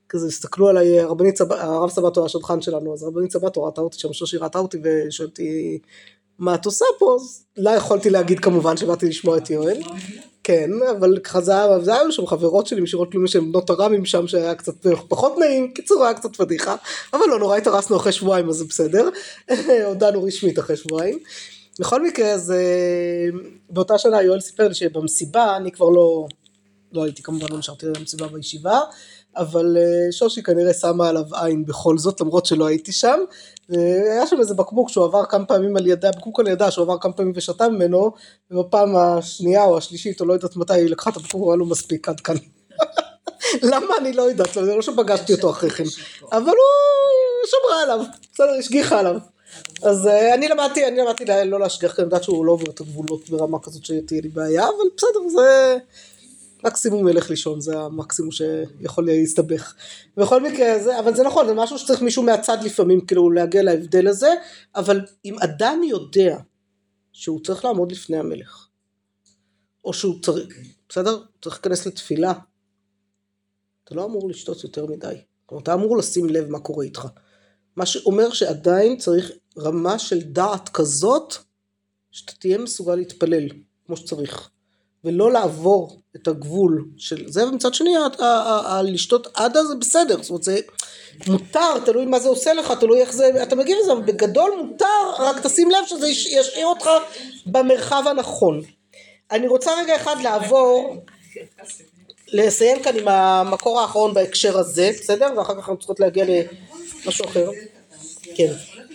כזה הסתכלו עליי, הרבנית סבתו, הרב סבתו השדכן שלנו, אז הרבנית סבתו ראתה אותי שם, שושי ראתה אותי ושאלתי, מה את עושה פה? אז לא יכולתי להגיד כמובן שבאתי לשמוע את יואל, כן, אבל ככה זה היה, זה היו שם חברות שלי משירות לאומי שהן בנות הרמים שם, שהיה קצת פחות נעים, קיצור היה קצת פדיחה, אבל לא נורא התארסנו אחרי שבועיים, אז זה בסדר, הודענו רשמית אחרי שבועיים. בכל מקרה, אז באותה שנה יואל סיפר לי שבמסיבה, אני כבר לא, לא הייתי כמובן, לא נשארתי במסיבה בישיבה, אבל שושי כנראה שמה עליו עין בכל זאת, למרות שלא הייתי שם, והיה שם איזה בקבוק שהוא עבר כמה פעמים על ידה, בקבוק על ידה שהוא עבר כמה פעמים ושתה ממנו, ובפעם השנייה או השלישית, או לא יודעת מתי, היא לקחה את הבקבוק, הוא היה לו מספיק עד כאן. למה אני לא יודעת, לא שפגשתי אותו אחרי כן, אבל הוא שמרה עליו, בסדר, השגיחה עליו. אז אני למדתי, אני למדתי לא להשגיח, כי אני יודעת שהוא לא עובר את הגבולות ברמה כזאת שתהיה לי בעיה, אבל בסדר, זה מקסימום ילך לישון, זה המקסימום שיכול להסתבך. בכל מקרה, זה, אבל זה נכון, זה משהו שצריך מישהו מהצד לפעמים, כאילו להגיע להבדל הזה, אבל אם אדם יודע שהוא צריך לעמוד לפני המלך, או שהוא צריך, בסדר? צריך להיכנס לתפילה, אתה לא אמור לשתות יותר מדי, אתה אמור לשים לב מה קורה איתך. מה שאומר שעדיין צריך רמה של דעת כזאת, שאתה תהיה מסוגל להתפלל, כמו שצריך, ולא לעבור את הגבול של זה, ומצד שני, לשתות עדה זה בסדר, זאת אומרת, זה מותר, תלוי מה זה עושה לך, תלוי איך זה, אתה מגיב לזה, אבל בגדול מותר, רק תשים לב שזה ישאיר אותך במרחב הנכון. אני רוצה רגע אחד לעבור, לסיים כאן עם המקור האחרון בהקשר הזה, בסדר? ואחר כך אנחנו צריכות להגיע למשהו אחר. כן.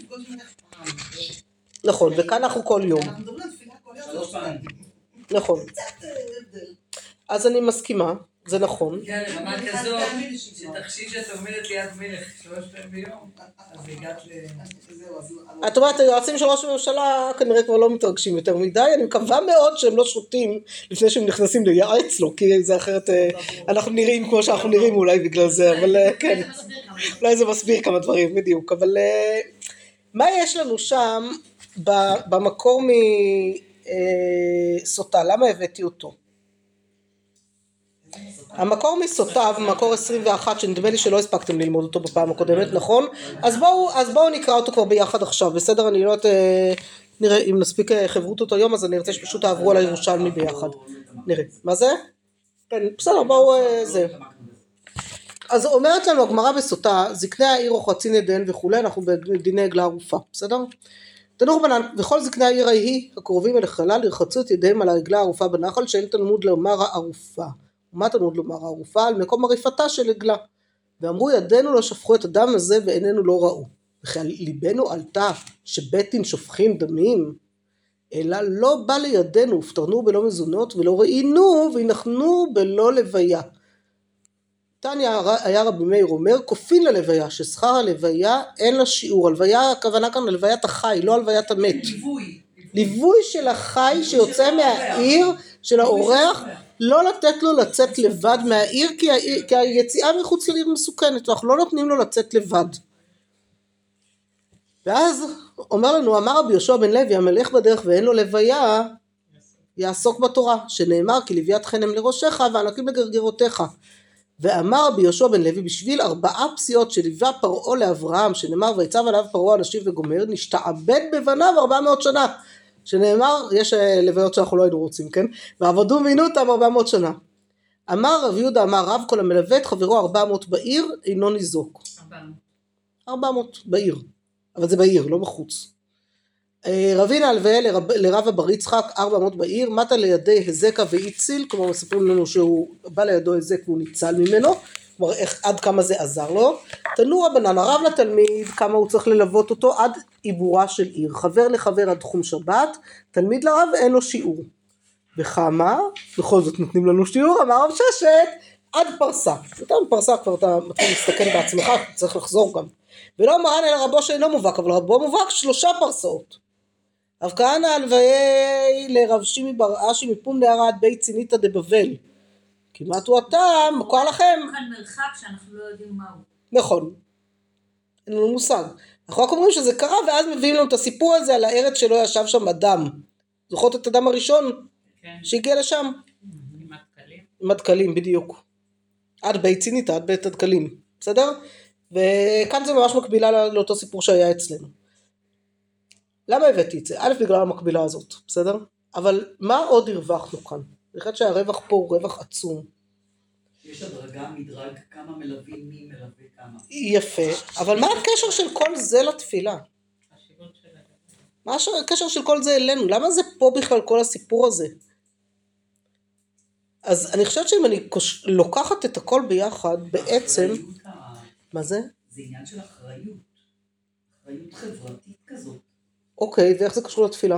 נכון, וכאן אנחנו כל יום. נכון. אז אני מסכימה, זה נכון. כן, רמה כזאת, שתחשיב שאתה עומדת ליד מלך שלוש פעמים ביום, אז הגעת ל... את אומרת, היועצים של ראש הממשלה כנראה כבר לא מתרגשים יותר מדי, אני מקווה מאוד שהם לא שותים לפני שהם נכנסים לייעץ לו, כי זה אחרת, אנחנו נראים כמו שאנחנו נראים אולי בגלל זה, אבל כן, אולי זה מסביר כמה דברים, בדיוק, אבל מה יש לנו שם במקור מסוטה, למה הבאתי אותו? המקור מסוטה, מקור עשרים ואחת, שנדמה לי שלא הספקתם ללמוד אותו בפעם הקודמת, נכון? אז בואו, אז בואו נקרא אותו כבר ביחד עכשיו, בסדר? אני לא יודעת, נראה, אם נספיק חברות אותו יום, אז אני ארצה שפשוט תעברו על הירושלמי ביחד. נראה, מה זה? כן, בסדר, בואו, זה. אז אומרת לנו הגמרא בסוטה, זקני העיר רוחצין ידיהן וכולי, אנחנו בדיני עגלה ערופה, בסדר? תנור בנן, וכל זקני העיר ההיא, הקרובים אל החלל, ירחצו את ידיהם על העגלה הערופה בנחל, שאין תלמוד לומר הערופה. ומה תלמוד לומר הערופה? על מקום עריפתה של עגלה. ואמרו, ידינו לא שפכו את הדם הזה, ועינינו לא ראו. וכי ליבנו עלתה, שבטין שופכים דמים, אלא לא בא לידינו, ופטרנו בלא מזונות, ולא ראינו, והנחנו בלא לוויה. תניא היה רבי מאיר אומר, כופין ללוויה, ששכר הלוויה אין לה שיעור. הלוויה, הכוונה כאן ללוויית החי, לא הלוויית המת. ליווי. ליווי של החי שיוצא מהעיר, של האורח, לא לתת לו לצאת לבד מהעיר, כי, העיר, כי היציאה מחוץ לעיר מסוכנת, אנחנו לא נותנים לו לצאת לבד. ואז אומר לנו, אמר רבי יהושע בן לוי, המלך בדרך ואין לו לוויה, יעסוק בתורה, שנאמר, כי לוויית חנם לראשך, וענקים לגרגרותיך. ואמר רבי יהושע בן לוי, בשביל ארבעה פסיעות שליווה פרעה לאברהם, שנאמר, ויצב עליו פרעה אנשים וגומר, נשתעבד בבניו ארבע מאות שנה. שנאמר, יש לוויות שאנחנו לא היינו רוצים, כן? ועבדו ועינו אותם ארבע מאות שנה. אמר רב יהודה, אמר רב, כל המלווה את חברו ארבע מאות בעיר, אינו ניזוק. ארבע מאות בעיר. אבל זה בעיר, לא בחוץ. רבינה הלוויה לרב, לרב אבר יצחק, ארבע מאות בעיר, מתה לידי הזקה והציל, כלומר מספרים לנו שהוא בא לידו הזק והוא ניצל ממנו, כלומר איך, עד כמה זה עזר לו. תנו רבנן, הרב לתלמיד, כמה הוא צריך ללוות אותו עד עיבורה של עיר, חבר לחבר עד תחום שבת, תלמיד לרב אין לו שיעור. וכמה? בכל זאת נותנים לנו שיעור, אמר רב ששת, עד פרסה. אתה פרסה כבר אתה מתחיל להסתכל בעצמך, צריך לחזור גם. ולא מרן אלא רבו שאינו מובהק, אבל רבו מובהק שלושה פרסאות. רב כהנא הלוויה לרב שימי בר אשי מפום נהרה עד בית ציניתא דבבל. כמעט הוא הטעם, מוכר לכם. כאן מרחק שאנחנו לא יודעים מהו. נכון. אין לנו מושג. אנחנו רק אומרים שזה קרה, ואז מביאים לנו את הסיפור הזה על הארץ שלא ישב שם אדם. זוכרות את אדם הראשון? כן. שהגיע לשם? עם הדקלים. עם הדקלים, בדיוק. עד בית ציניתא, עד בית הדקלים. בסדר? וכאן זה ממש מקבילה לאותו סיפור שהיה אצלנו. למה הבאתי את זה? א', בגלל המקבילה הזאת, בסדר? אבל מה עוד הרווחנו כאן? אני חושבת שהרווח פה הוא רווח עצום. יש הדרגה, מדרג, כמה מלווים, מי מלווה כמה. יפה, אבל מה הקשר של כל זה לתפילה? מה הקשר של כל זה אלינו? למה זה פה בכלל כל הסיפור הזה? אז אני חושבת שאם אני לוקחת את הכל ביחד, בעצם... מה זה? זה עניין של אחריות. אחריות חברתית כזאת. אוקיי, ואיך זה קשור לתפילה?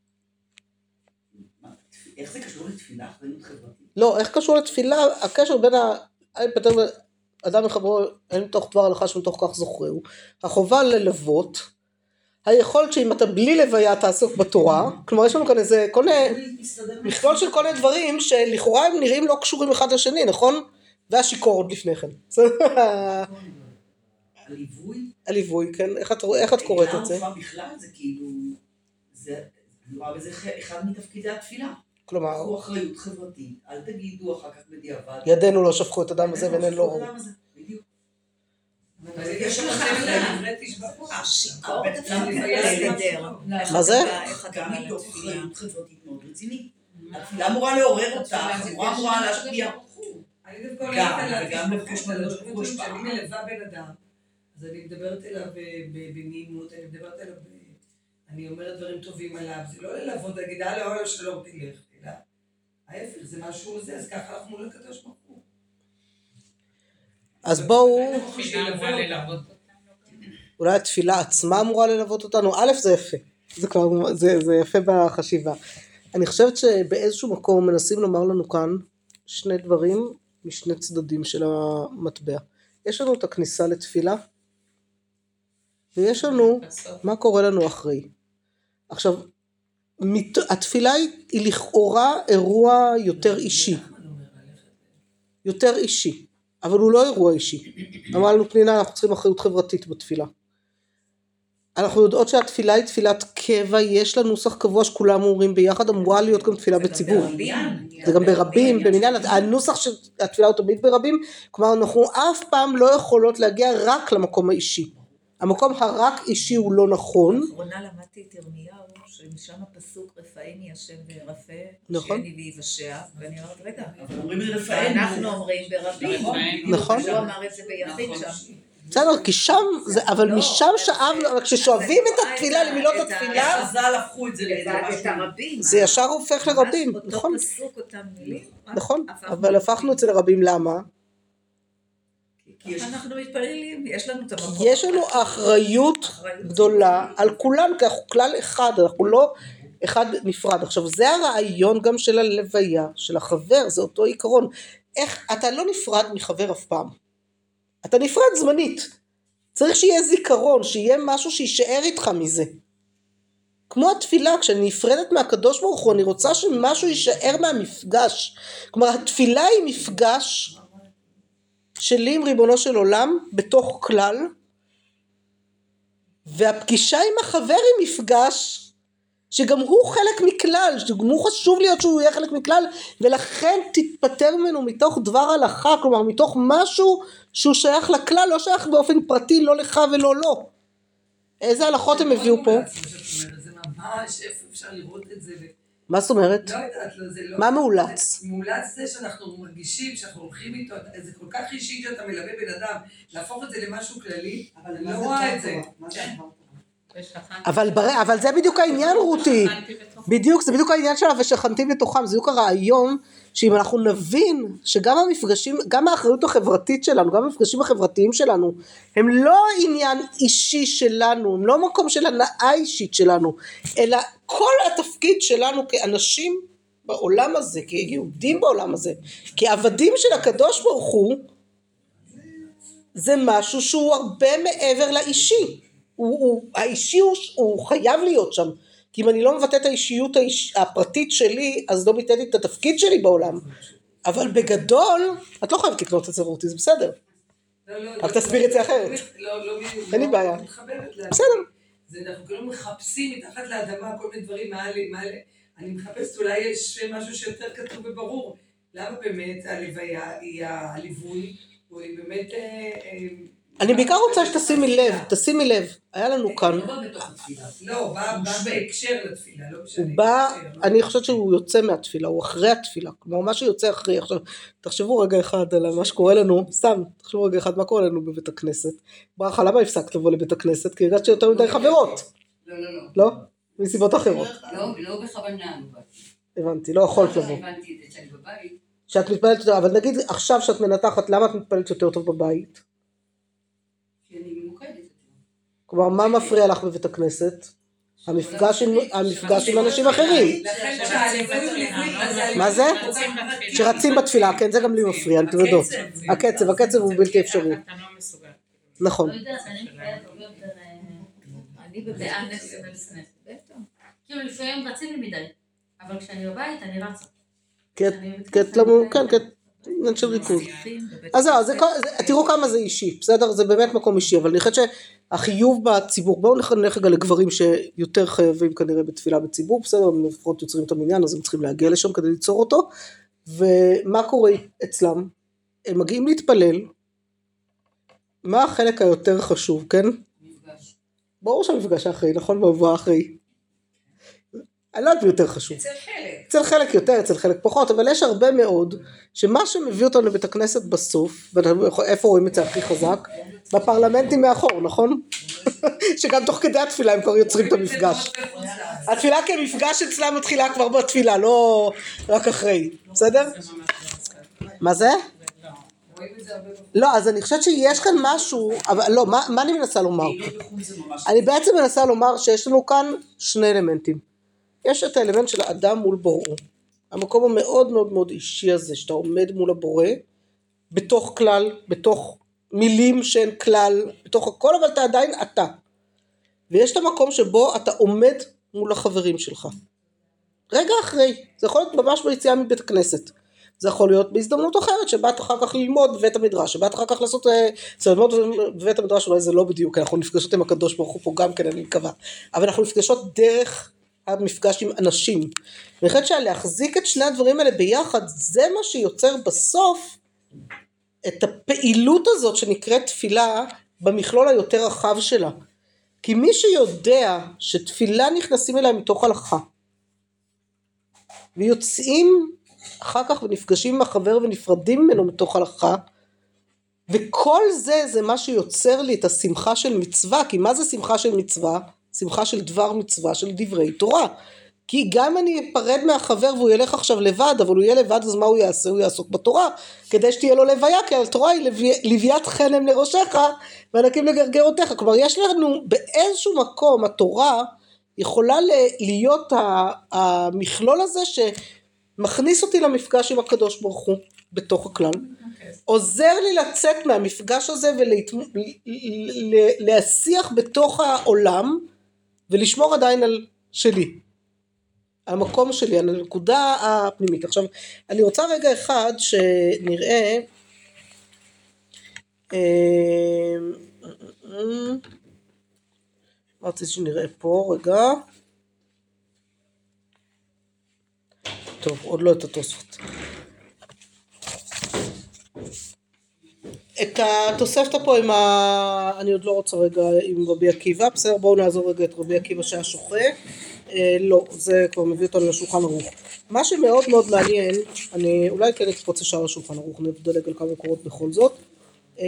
איך זה קשור לתפילה? אחריות חברתית? לא, איך קשור לתפילה? הקשר בין ה... אדם מחברו, אין מתוך דבר הלכה שמתוך כך זוכרהו. החובה ללוות, היכולת שאם אתה בלי לוויה תעסוק בתורה, כלומר יש לנו כאן איזה כל מיני, מכלול של כל מיני דברים שלכאורה הם נראים לא קשורים אחד לשני, נכון? והשיקור עוד לפני כן. הליווי? הליווי, כן. איך את קוראת את זה? בכלל זה כאילו, אני רואה בזה אחד מתפקידי התפילה. כלומר, קחו אחריות חברתית, אל תגידו אחר כך בדיעבד. ידינו לא שפכו את הדם הזה ואין לא ראו. בדיוק. יש לך אחריות תשבחו. השיקור מה זה? גם מתוך אחריות חברתית מאוד רצינית. התפילה אמורה לעורר אותך, התפילה אמורה להשפיע. אני דווקא הולכת על התשבחו, על התשבחו שאני מלווה בן אדם, אז אני מדברת אליו בנעימות, אני מדברת אליו, אני אומרת דברים טובים עליו, זה לא ללוות, להגיד, אה, לא, לא, שלום, תלך, אלא ההפך, זה משהו זה, אז ככה אנחנו מול הקדוש ברוך הוא. אז בואו, ללוות אולי התפילה עצמה אמורה ללוות אותנו, א' זה יפה, זה כבר, זה, זה יפה בחשיבה. אני חושבת שבאיזשהו מקום מנסים לומר לנו כאן שני דברים משני צדדים של המטבע. יש לנו את הכניסה לתפילה, ויש לנו מה קורה לנו אחרי. עכשיו, התפילה היא לכאורה אירוע יותר אישי. יותר אישי. אבל הוא לא אירוע אישי. אמרנו פנינה, אנחנו צריכים אחריות חברתית בתפילה. אנחנו יודעות שהתפילה היא תפילת קבע, יש לה נוסח קבוע שכולם אומרים ביחד, אמורה להיות גם תפילה בציבור. זה גם ברבים, במניין, הנוסח של התפילה הוא תמיד ברבים, כלומר אנחנו אף פעם לא יכולות להגיע רק למקום האישי. המקום הרק אישי הוא לא נכון. לאחרונה למדתי את ירמיהו, שמשם הפסוק רפאני השם ורפא, נכון. שני ויבשע, ואני אומרת רגע, אבל אומרים את רפאל. ואנחנו אומרים ברבים, נכון. הוא אמר את זה ביחיד שם. בסדר, כי שם, אבל משם שאב, כששואבים את התפילה למילות התפילה, חז"ל הפכו את זה לאיזה את משהו. הרבים. זה ישר הופך לרבים, נכון? אותו פסוק, אותם מילים. נכון, אבל הפכנו את זה לרבים, למה? אנחנו מתפללים, יש לנו את המקום. יש לנו אחריות גדולה על כולם, כי אנחנו כלל אחד, אנחנו לא אחד נפרד. עכשיו, זה הרעיון גם של הלוויה, של החבר, זה אותו עיקרון. איך, אתה לא נפרד מחבר אף פעם. אתה נפרד זמנית. צריך שיהיה זיכרון, שיהיה משהו שישאר איתך מזה. כמו התפילה, כשאני נפרדת מהקדוש ברוך הוא, אני רוצה שמשהו יישאר מהמפגש. כלומר, התפילה היא מפגש שלי עם ריבונו של עולם, בתוך כלל, והפגישה עם החבר היא מפגש, שגם הוא חלק מכלל, שגם הוא חשוב להיות שהוא יהיה חלק מכלל, ולכן תתפטר ממנו מתוך דבר הלכה, כלומר מתוך משהו שהוא שייך לכלל, לא שייך באופן פרטי, לא לך ולא לא. איזה הלכות הם הביאו פה? זה ממש, איפה אפשר לראות את זה? מה זאת אומרת? לא יודעת, לא, זה לא... מה מאולץ? מאולץ זה שאנחנו מרגישים, שאנחנו הולכים איתו, זה כל כך אישי שאתה מלווה בן אדם, להפוך את זה למשהו כללי, אבל אני לא רואה את זה. אבל, בר... אבל זה בדיוק העניין רותי, בדיוק, זה בדיוק העניין שלה ושכנתי בתוכם, זה בדיוק הרעיון שאם אנחנו נבין שגם המפגשים, גם האחריות החברתית שלנו, גם המפגשים החברתיים שלנו, הם לא עניין אישי שלנו, הם לא מקום של הנאה אישית שלנו, אלא כל התפקיד שלנו כאנשים בעולם הזה, כיהודים בעולם הזה, כעבדים של הקדוש ברוך הוא, זה משהו שהוא הרבה מעבר לאישי. הוא, הוא, האישי הוא, הוא חייב להיות שם, כי אם אני לא מבטא את האישיות האיש, הפרטית שלי, אז לא ביטאתי את התפקיד שלי בעולם, אבל בגדול, את לא חייבת לקנות את זה רותי, זה בסדר, רק תסביר את זה אחרת, אין לי בעיה, בסדר. אנחנו כאילו מחפשים מתחת לאדמה כל מיני דברים מעלי, מעלי, אני מחפשת אולי יש משהו שיותר כתוב וברור, למה באמת הלוויה היא הליווי, היא באמת... אה, אה, אני בעיקר רוצה שתשימי לב, תשימי לב, היה לנו כאן, לא בא בתוך התפילה. לא, בא בא בהקשר לתפילה, לא משנה. הוא בא, הקשר, לא? אני חושבת שהוא יוצא מהתפילה, הוא אחרי התפילה, כלומר מה שיוצא אחרי, עכשיו תחשבו רגע אחד על מה שקורה לנו, סתם, תחשבו רגע אחד מה קורה לנו בבית הכנסת, ברכה, למה הפסקת לבוא לבית הכנסת? כי הרגשת שיותר מדי חברות, לא, לא, לא. לא? מסיבות אחרות, לא, לא בכוונה, לא באתי. הבנתי, לא יכולת לבוא, הבנתי את זה שאני בבית. שאת מתפללת יותר, אבל נגיד עכשיו שאת מנתחת, למה את מתפללת יותר טוב בבית? כי אני ממוקדת. כלומר מה מפריע לך בבית הכנסת? המפגש עם, המפגש עם אנשים אחרים. לכן כשהליווי הוא מה זה? שרצים בתפילה, כן, זה גם לי מפריע, אתם יודעות. הקצב, הקצב הוא בלתי אפשרי. אתה לא מסוגל. נכון. לא יודעת, אני מתפעלת הרבה יותר... אני בבית הכנסת. בטח. כאילו לפעמים רצים לי מדי, אבל כשאני בבית אני רצה. כי את לא, כן, כי את עניין של ריכוז. אז זהו, זה כל- זה- תראו כמה זה אישי, בסדר? זה באמת מקום אישי, אבל אני חושבת שהחיוב בציבור, בואו נלך רגע לגברים שיותר חייבים כנראה בתפילה בציבור, בסדר? הם לפחות יוצרים את המניין, אז הם צריכים להגיע לשם כדי ליצור אותו, ומה קורה אצלם? הם מגיעים להתפלל, מה החלק היותר חשוב, כן? מפגש. ברור שהמפגש האחראי, נכון? במבוא האחראי. אני לא יודעת מי יותר חשוב. אצל חלק. אצל חלק יותר, אצל חלק פחות, אבל יש הרבה מאוד, שמה שמביא אותנו לבית הכנסת בסוף, ואיפה רואים את זה הכי חזק? בפרלמנטים מאחור, נכון? שגם תוך כדי התפילה הם כבר יוצרים את המפגש. התפילה כמפגש אצלה מתחילה כבר בתפילה, לא רק אחרי, בסדר? מה זה? לא, אז אני חושבת שיש כאן משהו, אבל לא, מה, מה אני מנסה לומר? פעילות בחוץ זה ממש... אני בעצם מנסה לומר שיש לנו כאן שני אלמנטים. יש את האלמנט של האדם מול בוראו. המקום המאוד מאוד מאוד אישי הזה, שאתה עומד מול הבורא, בתוך כלל, בתוך מילים שהן כלל, בתוך הכל, אבל אתה עדיין אתה. ויש את המקום שבו אתה עומד מול החברים שלך. רגע אחרי, זה יכול להיות ממש ביציאה מבית הכנסת. זה יכול להיות בהזדמנות אחרת, שבאת אחר כך ללמוד בבית המדרש, שבאת אחר כך לעשות, ללמוד בבית המדרש, אולי זה לא בדיוק, אנחנו נפגשות עם הקדוש ברוך הוא פה גם כן, אני מקווה. אבל אנחנו נפגשות דרך המפגש עם אנשים. ואני חושבת שלהחזיק את שני הדברים האלה ביחד, זה מה שיוצר בסוף את הפעילות הזאת שנקראת תפילה, במכלול היותר רחב שלה. כי מי שיודע שתפילה נכנסים אליה מתוך הלכה, ויוצאים אחר כך ונפגשים עם החבר ונפרדים ממנו מתוך הלכה, וכל זה זה מה שיוצר לי את השמחה של מצווה. כי מה זה שמחה של מצווה? שמחה של דבר מצווה, של דברי תורה. כי גם אני אפרד מהחבר והוא ילך עכשיו לבד, אבל הוא יהיה לבד, אז מה הוא יעשה? הוא יעסוק בתורה, כדי שתהיה לו לוויה, כי התורה היא לוויית חנם לראשך, וענקים לגרגרותיך. כלומר, יש לנו באיזשהו מקום, התורה יכולה להיות המכלול הזה, שמכניס אותי למפגש עם הקדוש ברוך הוא, בתוך הכלל. עוזר לי לצאת מהמפגש הזה, ולהשיח בתוך העולם, ולשמור עדיין על שלי. המקום שלי, על הנקודה הפנימית. עכשיו, אני רוצה רגע אחד שנראה, מה רציתי שנראה פה, רגע. טוב, עוד לא את התוספות. את התוספת פה עם ה... אני עוד לא רוצה רגע עם רבי עקיבא, בסדר, בואו נעזור רגע את רבי עקיבא שהיה שוחה. אה, לא, זה כבר מביא אותנו לשולחן ערוך. מה שמאוד מאוד מעניין, אני אולי כן אקפוץ ישר לשולחן ערוך, נדלג על כמה מקורות בכל זאת. אה,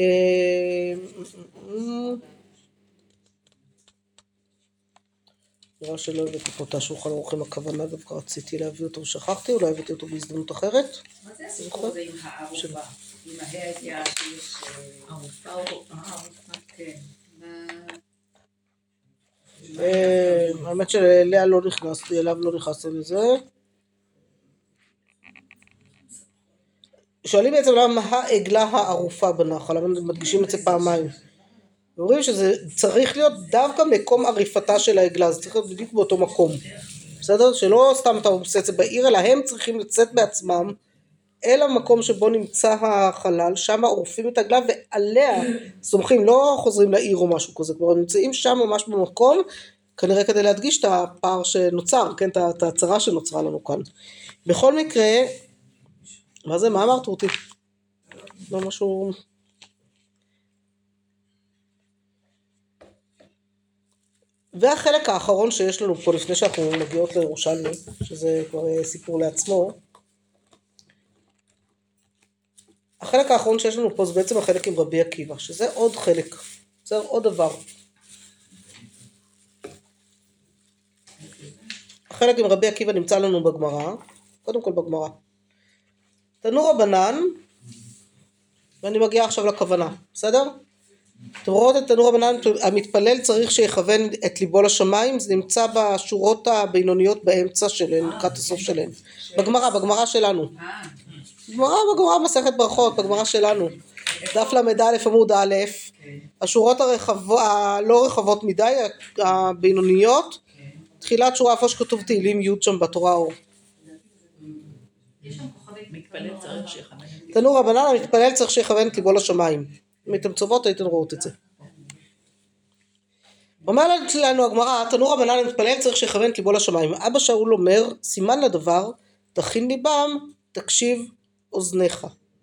נראה שלא הבאתי פה את השולחן ערוך עם הכוונה, דווקא רציתי להביא אותו ושכחתי, אולי הבאתי אותו בהזדמנות אחרת. מה זה הסיפור הזה עם הערובה? עם ההדיה שיש... ערופה או ערופה? כן. האמת שלאה לא נכנסתי, אליו לא נכנסתי לזה. שואלים בעצם למה העגלה הערופה בנחל, למה מדגישים את זה פעמיים. אומרים שזה צריך להיות דווקא מקום עריפתה של העגלה, זה צריך להיות בדיוק באותו מקום. בסדר? שלא סתם אתה עושה את זה בעיר, אלא הם צריכים לצאת בעצמם אל המקום שבו נמצא החלל, שם עורפים את העגלה ועליה סומכים, לא חוזרים לעיר או משהו כזה, כבר נמצאים שם ממש במקום, כנראה כדי להדגיש את הפער שנוצר, כן, את ההצרה שנוצרה לנו כאן. בכל מקרה, מה זה, מה אמרת רותי? לא משהו... והחלק האחרון שיש לנו פה לפני שאנחנו מגיעות לירושלמי, שזה כבר סיפור לעצמו, החלק האחרון שיש לנו פה זה בעצם החלק עם רבי עקיבא, שזה עוד חלק, זה עוד דבר. החלק עם רבי עקיבא נמצא לנו בגמרא, קודם כל בגמרא. תנו רבנן, ואני מגיעה עכשיו לכוונה, בסדר? אתם רואות את תנו רבנן, המתפלל צריך שיכוון את ליבו לשמיים, זה נמצא בשורות הבינוניות באמצע שלהן, לקראת הסוף שלהן. בגמרא, בגמרא שלנו. בגמרא, בגמרא מסכת ברכות, בגמרא שלנו. דף למד א' עמוד א', השורות הרחבות, הלא רחבות מדי, הבינוניות, תחילת שורה איפה שכתוב תהילים י' שם בתורה אור. מתפלל צריך שיכוון. תנו רבנן, המתפלל צריך שיכוון את ליבו לשמיים. אם אתם צוות הייתן רואות את זה. אומר לנו הגמרא, תנו רבנן, המתפלל צריך שיכוון את ליבו לשמיים. אבא שאול אומר, סימן לדבר, תכין ליבם, תקשיב אוזניך.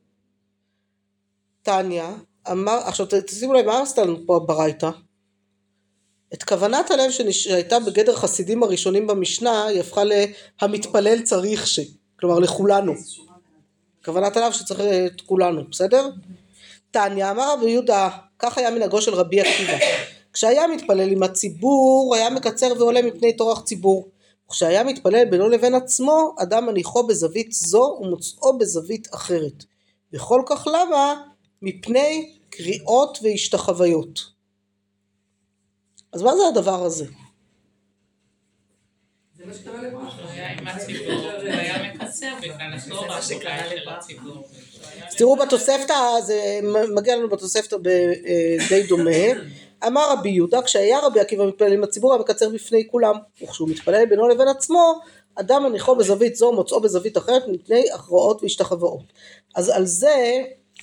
תניא, אמר, עכשיו תשימו לב, מה עשתה לנו פה ברייתא? את כוונת הלב שהייתה בגדר חסידים הראשונים במשנה, היא הפכה להמתפלל צריך ש, כלומר לכולנו. כוונת הלב שצריך את כולנו, בסדר? תניא, אמר רבי יהודה, כך היה מנהגו של רבי עקיבא. כשהיה מתפלל עם הציבור, היה מקצר ועולה מפני טורח ציבור. וכשהיה מתפלל בינו לבין עצמו, אדם מניחו בזווית זו ומוצאו בזווית אחרת. וכל כך למה? מפני קריאות והשתחוויות. אז מה זה הדבר הזה? זה מה שקרה לברכה. הוא היה עם הציבור, הוא היה מקצר בגלל התורה של הציבור. אז תראו בתוספתא, זה מגיע לנו בתוספתא די דומה. אמר רבי יהודה, כשהיה רבי עקיבא מתפלל עם הציבור, היה מקצר בפני כולם. וכשהוא מתפלל בינו לבין עצמו, אדם מניחו בזווית זו, מוצאו בזווית אחרת, מפני הכרעות והשתחוואות. אז על זה,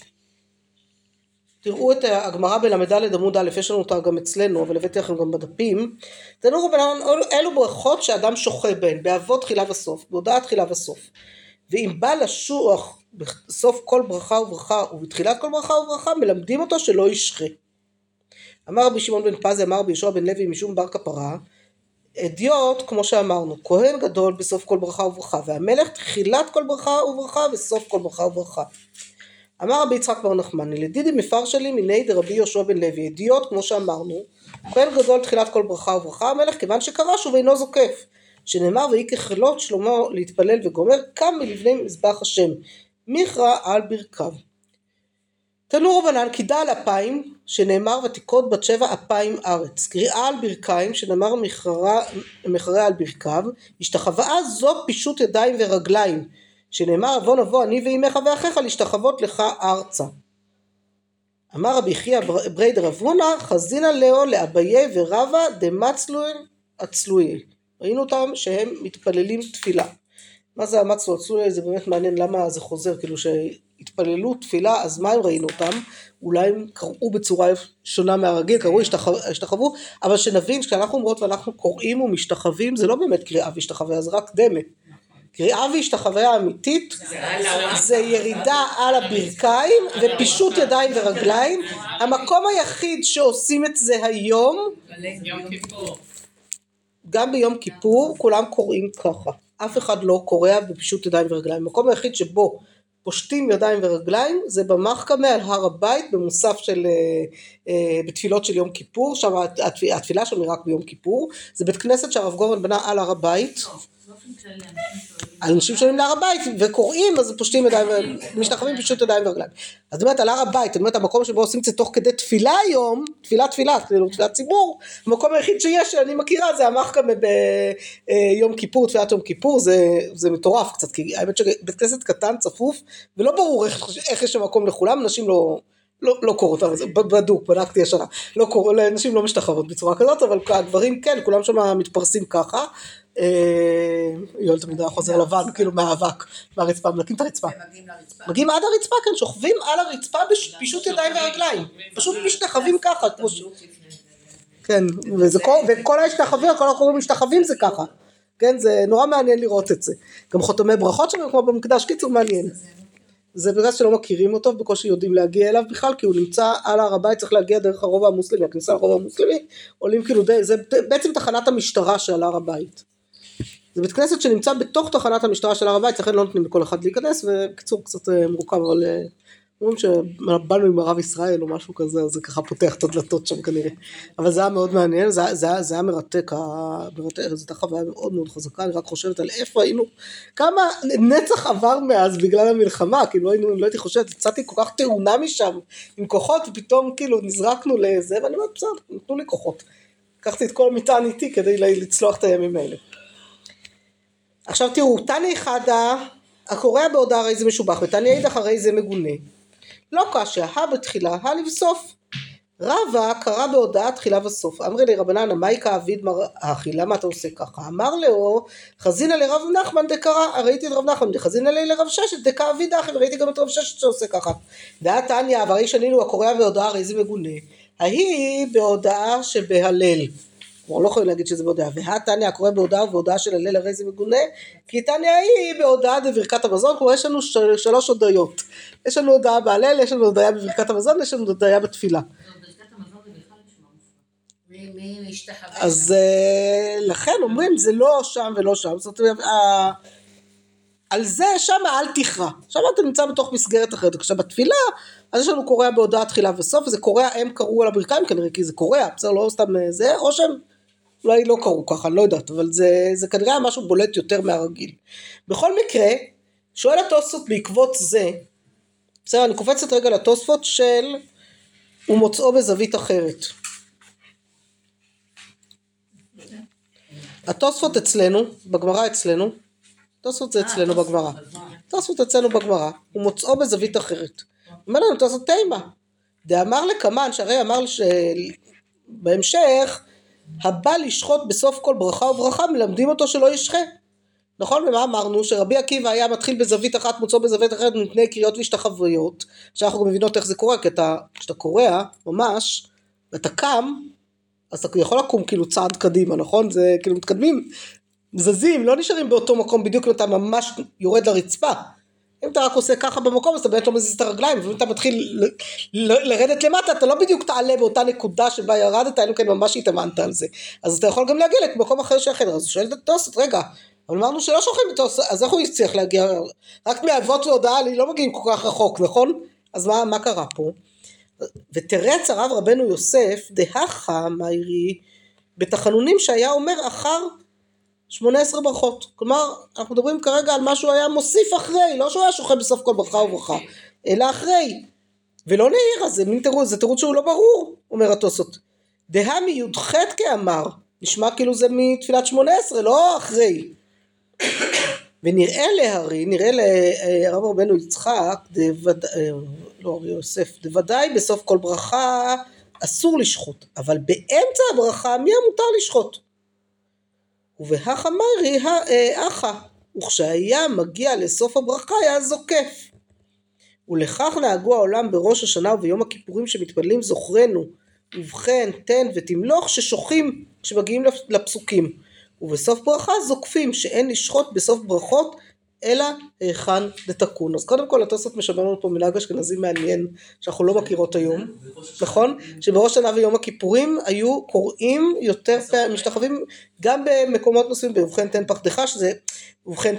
תראו את הגמרא בלמד א' עמוד א', יש לנו אותה גם אצלנו, אבל הבאתי לכם גם בדפים. תנו רבנן, אלו ברכות שאדם שוחה בהן, באבות תחילה וסוף, בהודעת תחילה וסוף. ואם בא לשוח בסוף כל ברכה וברכה, ובתחילת כל ברכה וברכה, מלמדים אותו שלא ישחה. אמר רבי שמעון בן פזי, אמר רבי יהושע בן לוי משום בר כפרה, אדיוט, כמו שאמרנו, כהן גדול בסוף כל ברכה וברכה, והמלך תחילת כל ברכה וברכה, וסוף כל ברכה וברכה. אמר רבי יצחק בר נחמני, לדידי מפרשלי מיני דרבי יהושע בן לוי, אדיוט, כמו שאמרנו, כהן גדול תחילת כל ברכה וברכה, המלך כיוון שקרש ואינו זוקף, שנאמר ויהי ככלות שלמה להתפלל וגומר, קם מלבני מזבח השם, מכרע על ברכיו. תנו רבנן, קידה על אפיים, שנאמר ותיקוד בת שבע אפיים ארץ, קריאה על ברכיים, שנאמר מכרע על ברכיו, השתחוואה זו פישוט ידיים ורגליים, שנאמר אבוא נבוא אני ואימך ואחיך להשתחוות לך ארצה. אמר רבי חייא ברי דרב הונא, חזינא לאו לאביי ורבא דמצלוי עצלוי. ראינו אותם שהם מתפללים תפילה. מה זה המצלו עצלוי? זה באמת מעניין למה זה חוזר, כאילו שהתפללו תפילה, אז מה הם ראינו אותם? אולי הם קראו בצורה שונה מהרגיל, קראו השתחוו, אבל שנבין שכשאנחנו אומרות ואנחנו קוראים ומשתחווים, זה לא באמת קריאה והשתחוויה, זה רק דמה. קריאה והשתחוויה אמיתית זה ירידה על הברכיים ופישוט ידיים ורגליים. המקום היחיד שעושים את זה היום, גם ביום כיפור, כולם קוראים ככה. אף אחד לא קורא בפישוט ידיים ורגליים. המקום היחיד שבו פושטים ידיים ורגליים זה במחכמה על הר הבית במוסף של בתפילות של יום כיפור. שם התפילה שם היא רק ביום כיפור. זה בית כנסת שהרב גורן בנה על הר הבית. אנשים שונים להר הבית וקוראים, אז פושטים ידיים ומשתחווים פשוט ידיים ורגליים. אז זאת אומרת על הר הבית, זאת אומרת המקום שבו עושים את זה תוך כדי תפילה היום, תפילה תפילה, כאילו תפילת ציבור, המקום היחיד שיש שאני מכירה זה המחכמה ביום כיפור, תפילת יום כיפור, זה, זה מטורף קצת, כי האמת שבית כנסת קטן צפוף, ולא ברור איך, איך יש המקום לכולם, נשים לא... לא, לא קורות, בדוק, בדקתי השנה, לא קורות, נשים לא משתחוות בצורה כזאת, אבל הגברים כן, כולם שם מתפרסים ככה, יואל תמיד היה חוזר לבן, כאילו מהאבק, מהרצפה, מנקים את הרצפה. מגיעים עד הרצפה, כן, שוכבים על הרצפה בפישוט ידיים ורגליים, פשוט משתחווים ככה, כן, וכל ההשתחווים, כל החורים משתחווים זה ככה, כן, זה נורא מעניין לראות את זה, גם חותמי ברכות שם, כמו במקדש, קיצור מעניין. זה בגלל שלא מכירים אותו, בקושי יודעים להגיע אליו בכלל, כי הוא נמצא על הר הבית, צריך להגיע דרך הרובע המוסלמי, הכניסה לרובע המוסלמי, עולים כאילו די, זה בעצם תחנת המשטרה של הר הבית. זה בית כנסת שנמצא בתוך תחנת המשטרה של הר הבית, לכן לא נותנים לכל אחד להיכנס, ובקיצור קצת מורכב, אבל אומרים שבאנו עם הרב ישראל או משהו כזה, אז זה ככה פותח את הדלתות שם כנראה. אבל זה היה מאוד מעניין, זה, זה, זה היה מרתק, מרתק, זו הייתה חוויה מאוד מאוד חזקה, אני רק חושבת על איפה היינו, כמה נצח עבר מאז בגלל המלחמה, כאילו לא, היינו, לא הייתי חושבת, יצאתי כל כך תאונה משם, עם כוחות, ופתאום כאילו נזרקנו לזה, ואני אומרת, בסדר, נתנו לי כוחות. לקחתי את כל המטען איתי כדי לצלוח את הימים האלה. עכשיו תראו, תני חדה, הקורא בהודעה הרי זה משובח, ותני אידך הרי זה מגונה. לא קשה, הא בתחילה, הא לבסוף. רבא קרא בהודעה תחילה וסוף. אמרי לי רבנן, מהי כאביד מר אחי, למה אתה עושה ככה? אמר לו, חזינה לרב נחמן דקרא, ראיתי את רב נחמן, חזינה לי לרב ששת דקאביד אחי, וראיתי גם את רב ששת שעושה ככה. דעה תניא, והרי שנינו הקורא בהודעה הרי זה מגונה. ההיא בהודעה שבהלל. כלומר, לא יכולים להגיד שזה בהודעה, והתניא הקורא בהודעה ובהודעה של הלל הרי זה מגונה, כי תניא היא בהודעה בברכת המזון, כלומר יש לנו של, שלוש הודעות, יש לנו הודעה בהלל, יש לנו הודעה בברכת המזון, יש לנו הודעה בתפילה. אז לכן אומרים זה לא שם ולא שם, זאת אומרת, על זה שם אל תכרע, שם אתה נמצא בתוך מסגרת אחרת, עכשיו בתפילה, אז יש לנו קורא בהודעה תחילה וסוף, וזה קורא, הם קראו על הברכיים כנראה, כי זה קורא, בסדר, לא סתם זה, או שהם אולי לא קראו ככה, אני לא יודעת, אבל זה, זה כנראה משהו בולט יותר מהרגיל. בכל מקרה, שואל התוספות בעקבות זה, בסדר, אני קופצת רגע לתוספות של, ומוצאו בזווית אחרת. התוספות אצלנו, בגמרא אצלנו, תוספות זה אצלנו בגמרא, תוספות אצלנו בגמרא, ומוצאו בזווית אחרת. אומר לנו תוספות תימה, דאמר לקמן, שהרי אמר בהמשך, הבא לשחוט בסוף כל ברכה וברכה, מלמדים אותו שלא ישחה. נכון? ומה אמרנו? שרבי עקיבא היה מתחיל בזווית אחת, מוצאו בזווית אחרת, מפני קריאות והשתחוויות, שאנחנו גם מבינות איך זה קורה, כי אתה, כשאתה קורא ממש, ואתה קם, אז אתה יכול לקום כאילו צעד קדימה, נכון? זה כאילו מתקדמים, זזים, לא נשארים באותו מקום בדיוק, אם אתה ממש יורד לרצפה. אם אתה רק עושה ככה במקום, אז אתה באמת לא מזיז את הרגליים, ואם אתה מתחיל ל- ל- לרדת למטה, אתה לא בדיוק תעלה באותה נקודה שבה ירדת, אלא כן ממש התאמנת על זה. אז אתה יכול גם להגיע למקום אחר של החדר, אז שואל את התוספות, רגע, אבל אמרנו שלא שוכחים את התוספות, אז איך הוא יצטרך להגיע, רק מאבות והודעה, לי לא מגיעים כל כך רחוק, נכון? אז מה, מה קרה פה? ותרץ הרב רבנו יוסף, דהכה מהירי, בתחנונים שהיה אומר אחר שמונה עשרה ברכות, כלומר אנחנו מדברים כרגע על מה שהוא היה מוסיף אחרי, לא שהוא היה שוכב בסוף כל ברכה וברכה, אלא אחרי, ולא נעיר, אז זה מין תירוץ, זה תירוץ שהוא לא ברור, אומר התוספות, דהה מי"ח כאמר, נשמע כאילו זה מתפילת שמונה עשרה, לא אחרי, ונראה להרי, נראה לרב רבנו יצחק, דווד, לא יוסף, דוודאי בסוף כל ברכה אסור לשחוט, אבל באמצע הברכה מי המותר לשחוט? ובהכה מרי האחה, וכשהיה מגיע לסוף הברכה היה זוקף. ולכך נהגו העולם בראש השנה וביום הכיפורים שמתפללים זוכרנו, ובכן תן ותמלוך ששוחים כשמגיעים לפסוקים. ובסוף ברכה זוקפים שאין לשחוט בסוף ברכות אלא היכן לתקון. אז קודם כל התוספות משמר לנו פה מנהג אשכנזי מעניין שאנחנו לא מכירות היום, נכון? שבראש השנה ויום הכיפורים היו קוראים יותר פעמים, משתחווים גם במקומות נוספים, ובכן תן פחדך, שזה ובכן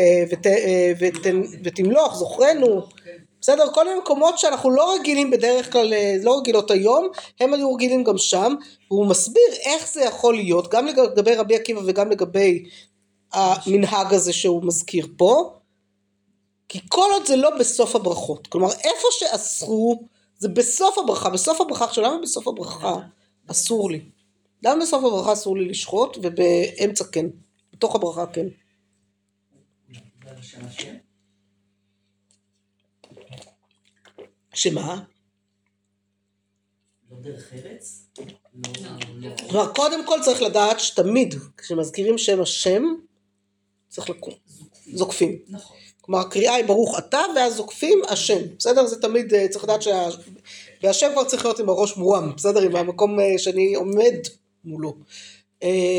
ותמלוך זוכרנו, בסדר? כל מיני מקומות שאנחנו לא רגילים בדרך כלל, לא רגילות היום, הם היו רגילים גם שם, והוא מסביר איך זה יכול להיות, גם לגבי רבי עקיבא וגם לגבי המנהג הזה שהוא מזכיר פה, כי כל עוד זה לא בסוף הברכות, כלומר איפה שאסרו, זה בסוף הברכה, בסוף הברכה, עכשיו למה בסוף הברכה אסור לי? למה בסוף הברכה אסור לי לשחוט, ובאמצע כן, בתוך הברכה כן. שמה? לא דרך ארץ? כלומר, קודם כל צריך לדעת שתמיד, כשמזכירים שם השם, צריך לקום, זוקפים. נכון. כלומר, הקריאה היא ברוך אתה, ואז זוקפים השם, בסדר? זה תמיד צריך לדעת שה... והשם כבר צריך להיות עם הראש מורם, בסדר? עם המקום שאני עומד מולו.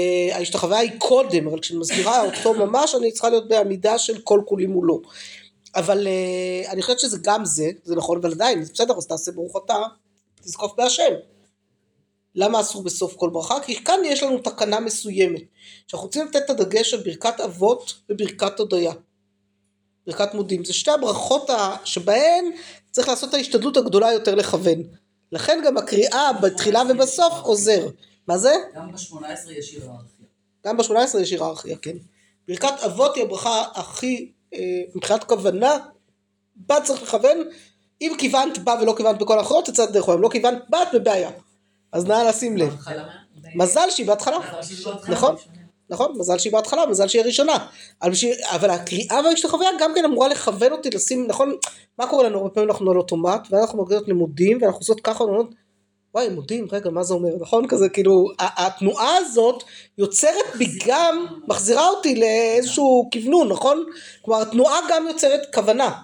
ההשתחוויה היא קודם, אבל כשאני מזכירה אותו ממש, אני צריכה להיות בעמידה של כל כולי מולו. אבל uh, אני חושבת שזה גם זה, זה נכון, אבל עדיין, זה בסדר, אז תעשה ברוך אתה, תזקוף בהשם. למה אסור בסוף כל ברכה? כי כאן יש לנו תקנה מסוימת, שאנחנו רוצים לתת את הדגש על ברכת אבות וברכת הודיה. ברכת מודים, זה שתי הברכות שבהן צריך לעשות את ההשתדלות הגדולה יותר לכוון. לכן גם הקריאה בתחילה ובסוף עוזר. מה זה? גם ב-שמונה עשרה יש היררכיה. גם ב-שמונה עשרה יש היררכיה, כן. ברכת אבות היא הברכה הכי, אה, מבחינת כוונה, בה צריך לכוון, אם כיוונת בה ולא כיוונת בכל האחרות, תצאת דרך אם לא כיוונת בה, את בבעיה. אז נא לשים לב. מזל שהיא בהתחלה. נכון? נכון? מזל שהיא בהתחלה, מזל שהיא הראשונה. אבל הקריאה וההשתחוויה גם כן אמורה לכוון אותי לשים, נכון? מה קורה לנו? הרבה פעמים אנחנו על אוטומט, ואנחנו מגיעות למודים, ואנחנו עושות ככה, ואנחנו אומרות, וואי, מודים, רגע, מה זה אומר? נכון? כזה, כאילו, התנועה הזאת יוצרת בי גם, מחזירה אותי לאיזשהו כיוונון, נכון? כלומר, התנועה גם יוצרת כוונה.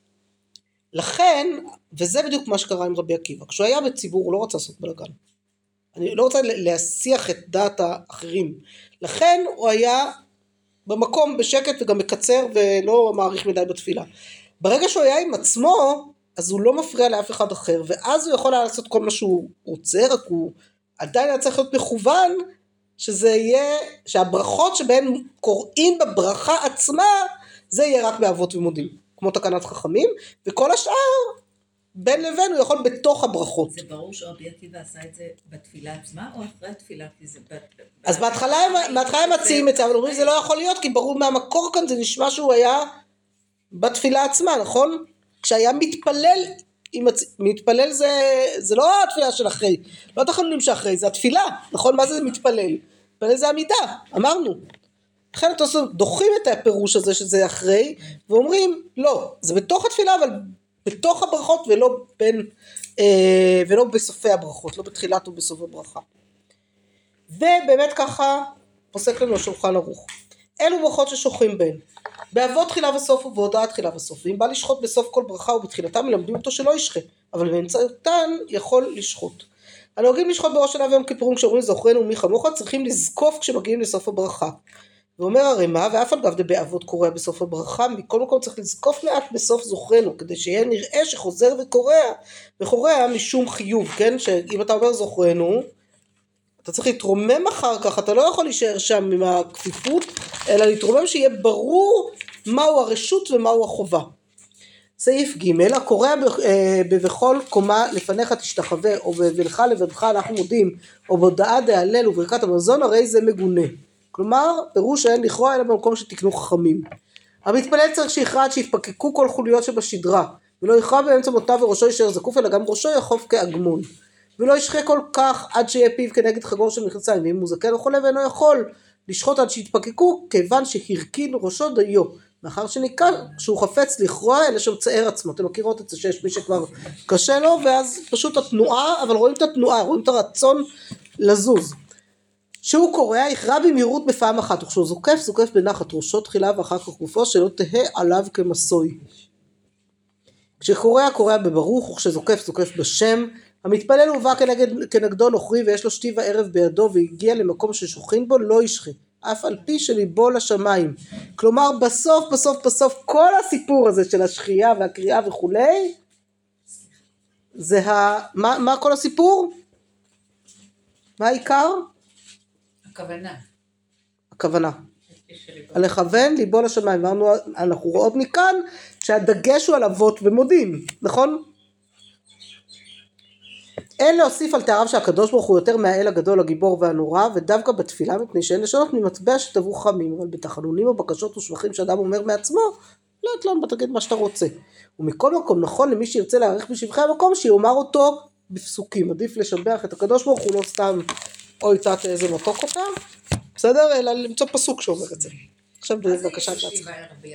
לכן, וזה בדיוק מה שקרה עם רבי עקיבא, כשהוא היה בציבור, הוא לא רצה לעשות בלגן. אני לא רוצה להסיח את דעת האחרים. לכן הוא היה במקום בשקט וגם מקצר ולא מעריך מדי בתפילה. ברגע שהוא היה עם עצמו, אז הוא לא מפריע לאף אחד אחר, ואז הוא יכול לעשות כל מה שהוא רוצה, רק הוא עדיין היה צריך להיות מכוון, שזה יהיה, שהברכות שבהן קוראים בברכה עצמה, זה יהיה רק באבות ומודים, כמו תקנת חכמים, וכל השאר, בין לבין הוא יכול בתוך הברכות. זה ברור שרבי עקיבא עשה את זה בתפילה עצמה, או אחרי התפילה? אז בהתחלה הם מציעים את זה, אבל אומרים זה לא יכול להיות, כי ברור מהמקור כאן, זה נשמע שהוא היה בתפילה עצמה, נכון? כשהיה מתפלל, מתפלל זה, זה לא התפילה של אחרי, לא התחנונים שאחרי, זה התפילה, נכון? מה זה מתפלל? מתפלל זה עמידה, אמרנו. לכן אתם דוחים את הפירוש הזה שזה אחרי, ואומרים, לא, זה בתוך התפילה, אבל בתוך הברכות ולא בין, אה, ולא בסופי הברכות, לא בתחילת ובסוף הברכה. ובאמת ככה פוסק לנו השולחן ערוך. אלו ברכות ששוכחים בהן. באבות תחילה וסוף ובהודעה תחילה וסוף. ואם בא לשחוט בסוף כל ברכה ובתחילתה מלמדים אותו שלא ישחה, אבל באמצעותן יכול לשחוט. הנוהגים לשחוט בראש שנה ויום כיפורים כשאומרים זוכרנו מי כמוך, צריכים לזקוף כשמגיעים לסוף הברכה. ואומר הרמ"א, ואף על גב דבאבות קורא בסוף הברכה, מכל מקום צריך לזקוף מעט בסוף זוכרנו, כדי שיהיה נראה שחוזר וקורא, וקורא משום חיוב, כן? שאם אתה אומר זוכרנו, אתה צריך להתרומם אחר כך, אתה לא יכול להישאר שם עם הכפיפות, אלא להתרומם שיהיה ברור מהו הרשות ומהו החובה. סעיף ג' הקורא בבכל קומה לפניך תשתחווה, או בבלך לבדך אנחנו מודים, או בהודעה דהלל וברכת המזון, הרי זה מגונה. כלומר, פירוש שאין לכרוע אלא במקום שתקנו חכמים. המתפלל צריך שיכרע עד שיתפקקו כל חוליות שבשדרה, ולא יכרע באמצע מותיו וראשו יישאר זקוף, אלא גם ראשו יחוף כאגמון. ולא ישחה כל כך עד שיהיה פיו כנגד חגור של מכנסיים, ואם הוא זקן או חולה ואינו יכול לשחוט עד שיתפקקו, כיוון שהרכין ראשו דיו, מאחר שניקל שהוא חפץ לכרוע אלא שמצער עצמו. אתם מכירות את זה שיש מי שכבר קשה לו, ואז פשוט התנועה, אבל רואים את התנועה, רואים את הרצון לזוז. שהוא קורא, יכרע במהירות בפעם אחת, וכשהוא זוקף, זוקף בנחת ראשו תחילה ואחר כך גופו, שלא תהה עליו כמסוי. כשקורא, קורא בברוך, וכשזוקף, זוקף בשם. המתפלל הובא כנגד, כנגדו נוכרי, ויש לו שתי וערב בידו, והגיע למקום ששוכין בו, לא ישחה, אף על פי שליבו לשמיים. כלומר, בסוף, בסוף, בסוף, כל הסיפור הזה של השחייה והקריאה וכולי, זה ה... מה, מה כל הסיפור? מה העיקר? הכוונה. הכוונה. לכוון ליבו לשמיים. אנחנו רואות מכאן שהדגש הוא על אבות ומודים, נכון? אין להוסיף על תאריו שהקדוש ברוך הוא יותר מהאל הגדול הגיבור והנורא, ודווקא בתפילה מפני שאין לשנות ממטבע שטבעו חמים, אבל בתחנונים או בקשות ושבחים שאדם אומר מעצמו, לא תלון בתגיד מה שאתה רוצה. ומכל מקום נכון למי שירצה להעריך בשבחי המקום, שיאמר אותו בפסוקים. עדיף לשבח את הקדוש ברוך הוא, לא סתם אוי צאת איזה מתוק אותה, בסדר? אלא למצוא פסוק שאומר את זה. עכשיו בבקשה את לעצמך.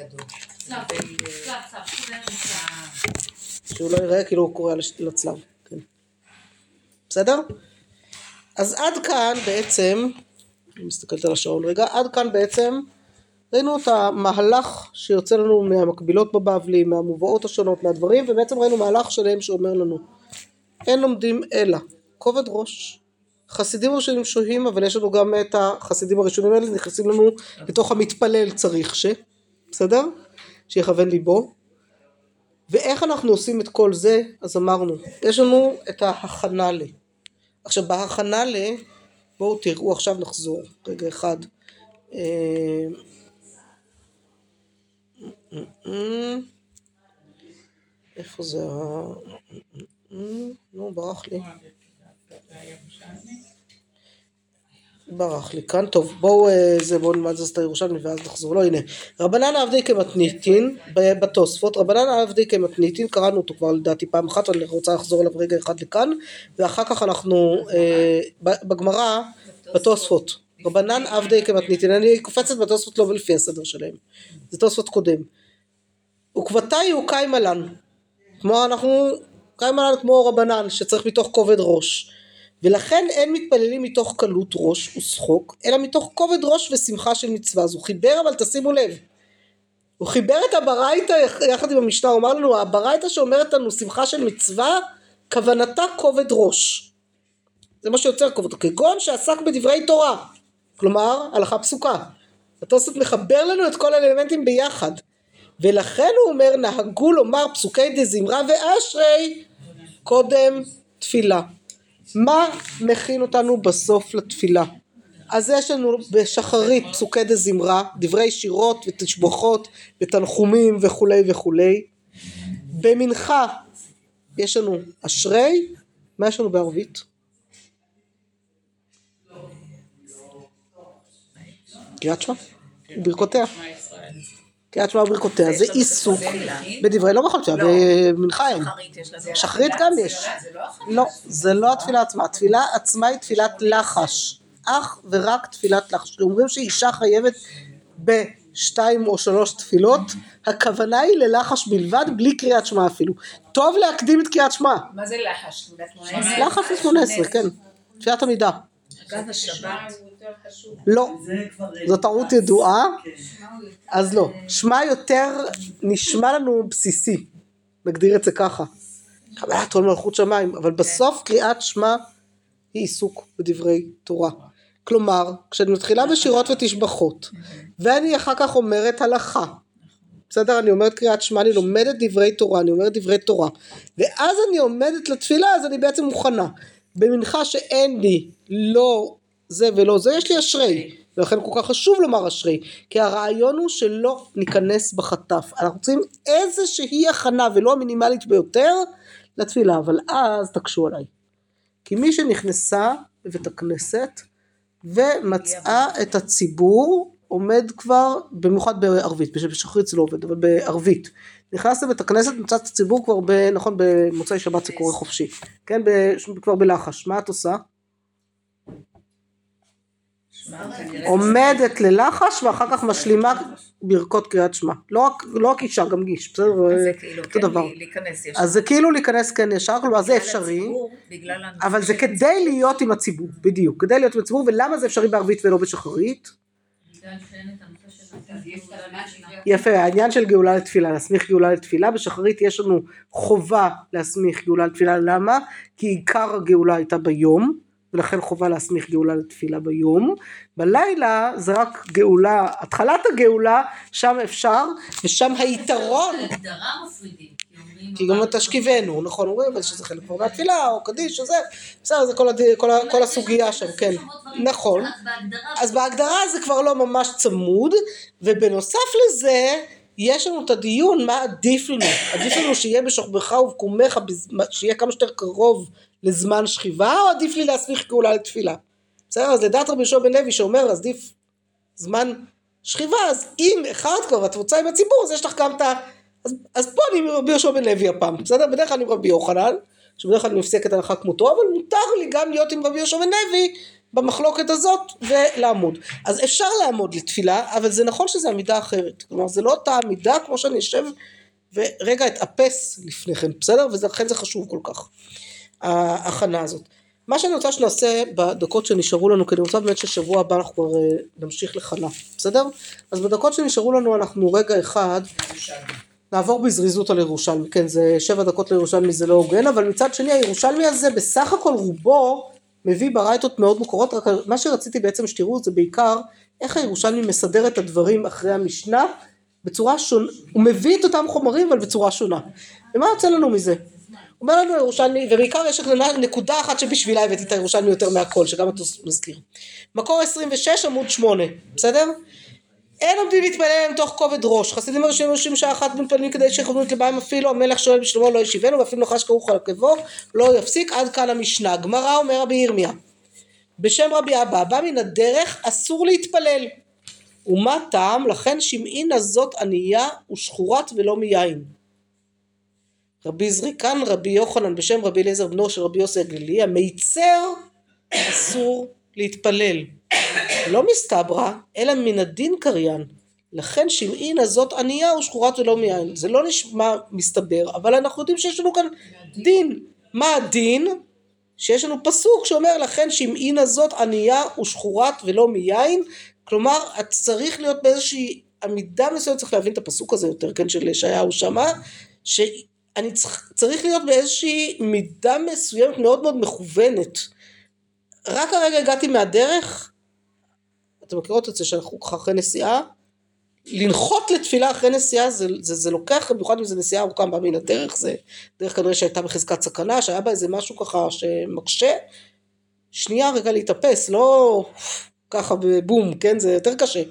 שהוא לא יראה כאילו הוא קורא לצלב. בסדר? אז עד כאן בעצם, אני מסתכלת על השעון רגע, עד כאן בעצם ראינו את המהלך שיוצא לנו מהמקבילות בבבלי, מהמובאות השונות, מהדברים, ובעצם ראינו מהלך שלהם שאומר לנו, אין לומדים אלא, כובד ראש. חסידים ראשונים שוהים, אבל יש לנו גם את החסידים הראשונים האלה, נכנסים לנו בתוך המתפלל צריך ש, בסדר? שיכוון ליבו. ואיך אנחנו עושים את כל זה? אז אמרנו, יש לנו את ההכנה ל. עכשיו בהכנה ל, בואו תראו, עכשיו נחזור, רגע אחד. איפה זה? נו, ברח לי. ברח לי כאן, טוב, בואו זה, בואו נלמד את הירושלמי ואז נחזור, לא, הנה, רבנן עבדי כמתניתין, בתוספות, רבנן עבדי כמתניתין, קראנו אותו כבר לדעתי פעם אחת, אני רוצה לחזור עליו רגע אחד לכאן, ואחר כך אנחנו, בגמרא, בתוספות, רבנן עבדי כמתניתין, אני קופצת בתוספות לא לפי הסדר שלהם, זה תוספות קודם, וכבתי הוא קיימלן, כמו אנחנו, קיימלן כמו רבנן, שצריך מתוך כובד ראש, ולכן אין מתפללים מתוך קלות ראש ושחוק, אלא מתוך כובד ראש ושמחה של מצווה. אז הוא חיבר, אבל תשימו לב, הוא חיבר את הברייתא יחד עם המשנה, הוא אמר לנו, הברייתא שאומרת לנו שמחה של מצווה, כוונתה כובד ראש. זה מה שיוצר כובד, כגון שעסק בדברי תורה, כלומר הלכה פסוקה. התוספות מחבר לנו את כל האלמנטים ביחד, ולכן הוא אומר, נהגו לומר פסוקי דזמרה ואשרי קודם תפילה. מה מכין אותנו בסוף לתפילה? אז יש לנו בשחרית פסוקי דזמרה, דברי שירות ותשבחות ותנחומים וכולי וכולי. במנחה יש לנו אשרי, מה יש לנו בערבית? קריאת שמע, ברכותיה. קריאת שמע וברכותיה, זה עיסוק בדברי, לא בכל שעה, במנחה אין. שחרית גם יש. לא, זה לא התפילה עצמה, התפילה עצמה היא תפילת לחש, אך ורק תפילת לחש. אומרים שאישה חייבת בשתיים או שלוש תפילות, הכוונה היא ללחש בלבד, בלי קריאת שמע אפילו. טוב להקדים את קריאת שמע. מה זה לחש? לחש זה שמונה עשרה, כן, תפילת עמידה. אגב השבת. לא, זו טעות ידועה, אז לא, שמע יותר נשמע לנו בסיסי, נגדיר את זה ככה, קבלת עול מלכות שמיים, אבל בסוף קריאת שמע היא עיסוק בדברי תורה, כלומר כשאני מתחילה בשירות ותשבחות, ואני אחר כך אומרת הלכה, בסדר, אני אומרת קריאת שמע, אני לומדת דברי תורה, אני אומרת דברי תורה, ואז אני עומדת לתפילה, אז אני בעצם מוכנה, במנחה שאין לי לא זה ולא זה, יש לי אשרי, ולכן כל כך חשוב לומר אשרי, כי הרעיון הוא שלא ניכנס בחטף, אנחנו רוצים איזושהי הכנה ולא המינימלית ביותר לתפילה, אבל אז תקשו עליי, כי מי שנכנסה בבית הכנסת ומצאה את הציבור, עומד כבר, במיוחד בערבית, בשחרית זה לא עובד, אבל בערבית, נכנס לבית הכנסת, מצא את הציבור כבר, ב, נכון, במוצאי שבת זה קורה חופשי, כן, ב, כבר בלחש, מה את עושה? עומדת ללחש ואחר כך משלימה ברכות קריאת שמע, לא רק, לא רק אישה, גם גיש, בסדר? זה כאילו, כן, להיכנס ישר. אז זה כאילו להיכנס כן ישר, כלומר זה אפשרי, אבל זה כדי להיות עם הציבור, בדיוק, כדי להיות עם הציבור, ולמה זה אפשרי בערבית ולא בשחרית? יפה, העניין של גאולה לתפילה, להסמיך גאולה לתפילה, בשחרית יש לנו חובה להסמיך גאולה לתפילה, למה? כי עיקר הגאולה הייתה ביום, ולכן חובה להסמיך גאולה לתפילה ביום, בלילה זה רק גאולה, התחלת הגאולה, שם אפשר, ושם היתרון, הגדרה מפרידים, כי גם תשכיבנו, נכון, אומרים שזה חלק כבר מהתפילה, או קדיש, או זה, בסדר, זה כל, כל, כל הסוגיה שם, כן, נכון, אז בהגדרה זה כבר לא ממש צמוד, ובנוסף לזה, יש לנו את הדיון, מה עדיף לנו, עדיף לנו שיהיה בשוכבך ובקומך, שיהיה כמה שיותר קרוב לזמן שכיבה, או עדיף לי להסמיך גאולה לתפילה, בסדר, אז לדעת רבי יהושע בן לוי שאומר, אז עדיף זמן שכיבה, אז אם אחד כבר את רוצה עם הציבור, אז יש לך גם את ה... אז, אז פה אני עם רבי יהושע בן לוי הפעם, בסדר? בדרך כלל אני עם רבי יוחנן, שבדרך כלל אני מפסקת הלכה כמותו, אבל מותר לי גם להיות עם רבי יהושע בן לוי, במחלוקת הזאת, ולעמוד. אז אפשר לעמוד לתפילה, אבל זה נכון שזה עמידה אחרת, כלומר זה לא אותה עמידה, כמו שאני אשב, ורגע אתאפס לפניכם, בסדר? ולכן זה חשוב כל כך, ההכנה הזאת. מה שאני רוצה שנעשה בדקות שנשארו לנו, כי אני רוצה באמת ששבוע הבא אנחנו כבר נמשיך לחנה, בסדר? אז בדקות שנשארו לנו אנחנו רגע אחד, נעבור בזריזות על ירושלמי, כן זה שבע דקות לירושלמי זה לא הוגן, אבל מצד שני הירושלמי הזה בסך הכל רובו מביא ברייתות מאוד מוקרות, רק מה שרציתי בעצם שתראו זה בעיקר איך הירושלמי מסדר את הדברים אחרי המשנה, בצורה שונה, הוא מביא את אותם חומרים אבל בצורה שונה. ומה יוצא לנו מזה? הוא אומר לנו ירושלמי, ובעיקר יש נקודה אחת שבשבילה הבאתי את הירושלמי יותר מהכל, שגם אתה מזכיר. מקור עשרים ושש עמוד שמונה, בסדר? אין עומדים להתפלל עם תוך כובד ראש, חסידים הראשונים יושבים שעה אחת מתפללים כדי שיכוונו את לבם, אפילו המלך שואל בשלמה לא ישיבנו, ואפילו נחש כרוך על עקבו לא יפסיק. עד כאן המשנה. גמרא אומר רבי ירמיה בשם רבי אבא, בא מן הדרך אסור להתפלל. ומה טעם? לכן שמעין הזאת ענייה ושחורת ולא מיין. רבי זריקן רבי יוחנן בשם רבי אליעזר בנו של רבי יוסי הגלילי, המיצר אסור להתפלל. לא מסתברא אלא מן הדין קריין, לכן שמעין הזאת ענייה ושחורת ולא מיין. זה לא נשמע מסתבר, אבל אנחנו יודעים שיש לנו כאן דין. מה הדין? שיש לנו פסוק שאומר לכן שמעין הזאת ענייה ושחורת ולא מיין, כלומר את צריך להיות באיזושהי עמידה מסוימת, צריך להבין את הפסוק הזה יותר, כן, של ישעיהו שמה, שאני צריך, צריך להיות באיזושהי מידה מסוימת מאוד מאוד מכוונת. רק הרגע הגעתי מהדרך, אתם מכירות את זה שאנחנו אחרי נסיעה, לנחות לתפילה אחרי נסיעה, זה, זה, זה לוקח, במיוחד אם זה נסיעה ארוכה בא מן הדרך, זה דרך כנראה שהייתה בחזקת סכנה, שהיה בה איזה משהו ככה שמקשה, שנייה רגע להתאפס, לא ככה בבום, כן, זה יותר קשה.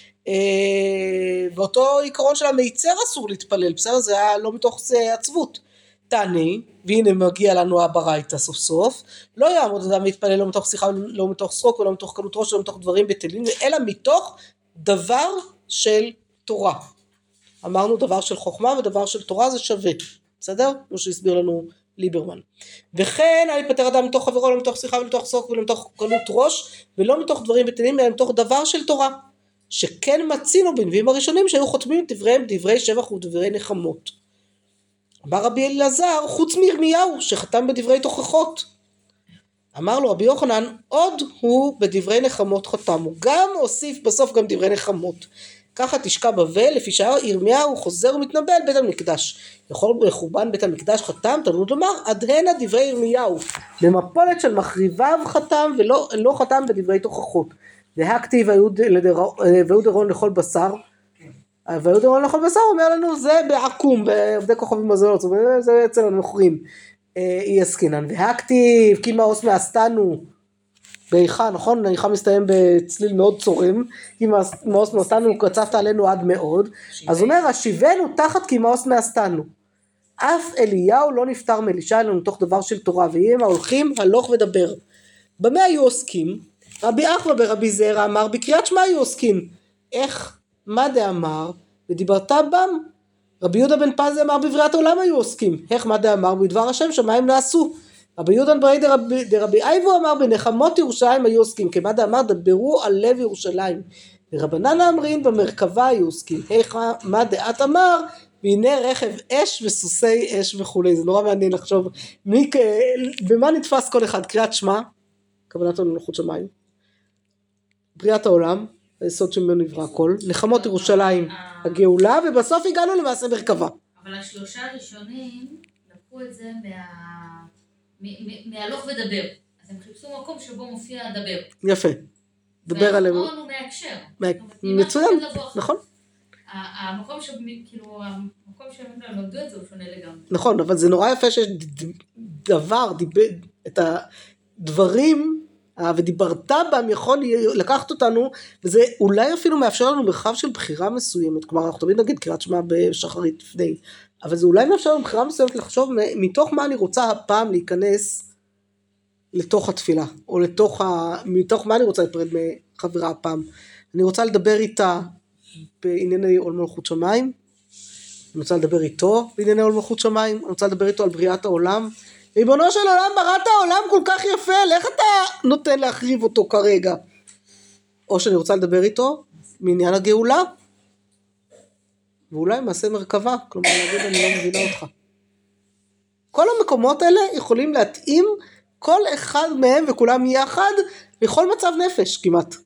ואותו עיקרון של המיצר אסור להתפלל, בסדר, זה היה לא מתוך זה עצבות. תעני, והנה מגיע לנו הברייתא סוף סוף, לא יעמוד אדם להתפלל לא מתוך שיחה, לא מתוך סרוק, ולא מתוך קלות ראש, ולא מתוך דברים בטלים, אלא מתוך דבר של תורה. אמרנו דבר של חוכמה ודבר של תורה זה שווה, בסדר? כמו שהסביר לנו ליברמן. וכן, אל יפטר אדם מתוך חברו, לא מתוך שיחה, ולא מתוך סרוק, ולא מתוך קלות ראש, ולא מתוך דברים בטלים, אלא מתוך דבר של תורה. שכן מצינו בנביאים הראשונים שהיו חותמים דבריהם דברי שבח ודברי נחמות. אמר רבי אלעזר חוץ מירמיהו שחתם בדברי תוכחות. אמר לו רבי יוחנן עוד הוא בדברי נחמות חתם, הוא גם הוסיף בסוף גם דברי נחמות. ככה תשקע בבל, לפי שירמיהו חוזר ומתנבא על בית המקדש. לכל חורבן בית המקדש חתם, תלמוד לומר עד הנה דברי ירמיהו, במפולת של מחריביו חתם ולא לא חתם בדברי תוכחות. והכתיב והיו דרון לכל בשר, והיו דרון לכל בשר אומר לנו זה בעקום, בעובדי כוכבים מזלות, זה אצל הנוכרים, אי עסקינן. והכתיב כי מאוס מאסתנו באיכה, נכון? האיכה מסתיים בצליל מאוד צורם, כי מאוס מאסתנו קצפת עלינו עד מאוד, אז אומר השיבנו תחת כי מאוס מאסתנו. אף אליהו לא נפטר מאלישע אלא מתוך דבר של תורה, ויהם ההולכים הלוך ודבר. במה היו עוסקים? רבי אחווה ברבי זעירא אמר בקריאת שמע היו עוסקים. איך? מה דאמר? ודיברת בם. רבי יהודה בן פזי אמר בבריאת העולם היו עוסקים. איך? מה דאמר? בדבר השם שמיים נעשו. רבי יהודה ברי דרבי, דרבי אייבו אמר בנחמות ירושלים היו עוסקים. כמה דאמר? דברו על לב ירושלים. ורבנן אמרין במרכבה היו עוסקים. איך? מה דעת אמר? והנה רכב אש וסוסי אש וכולי. זה נורא מעניין לחשוב מי, במה נתפס כל אחד? קריאת שמע, כוונת מלכות שמיים, בריאת העולם, היסוד שממנו נברא הכל, נחמות ירושלים, הגאולה, ובסוף הגענו למעשה מרכבה. אבל השלושה הראשונים לקחו את זה מהלוך ודבר. אז הם חיפשו מקום שבו מופיע דבר. יפה. דבר עליהם. והאחרון הוא מהקשר. מצוין, נכון. המקום שכאילו, המקום שהם למדו את זה הוא שונה לגמרי. נכון, אבל זה נורא יפה שיש דבר, את הדברים, ודיברת בהם יכול לקחת אותנו, וזה אולי אפילו מאפשר לנו מרחב של בחירה מסוימת, כלומר אנחנו תמיד נגיד קריאת שמע בשחרית לפני, אבל זה אולי מאפשר לנו בחירה מסוימת לחשוב מתוך מה אני רוצה הפעם להיכנס לתוך התפילה, או לתוך ה... מתוך מה אני רוצה להיפרד מחברה הפעם. אני רוצה לדבר איתה בענייני עול מלכות שמיים, אני רוצה לדבר איתו בענייני עול מלכות שמיים, אני רוצה לדבר איתו על בריאת העולם, ריבונו של עולם בראת העולם כל כך יפה, איך אתה נותן להחריב אותו כרגע? או שאני רוצה לדבר איתו מעניין הגאולה, ואולי מעשה מרכבה, כלומר להגיד אני לא מבינה אותך. כל המקומות האלה יכולים להתאים כל אחד מהם וכולם יחד בכל מצב נפש כמעט.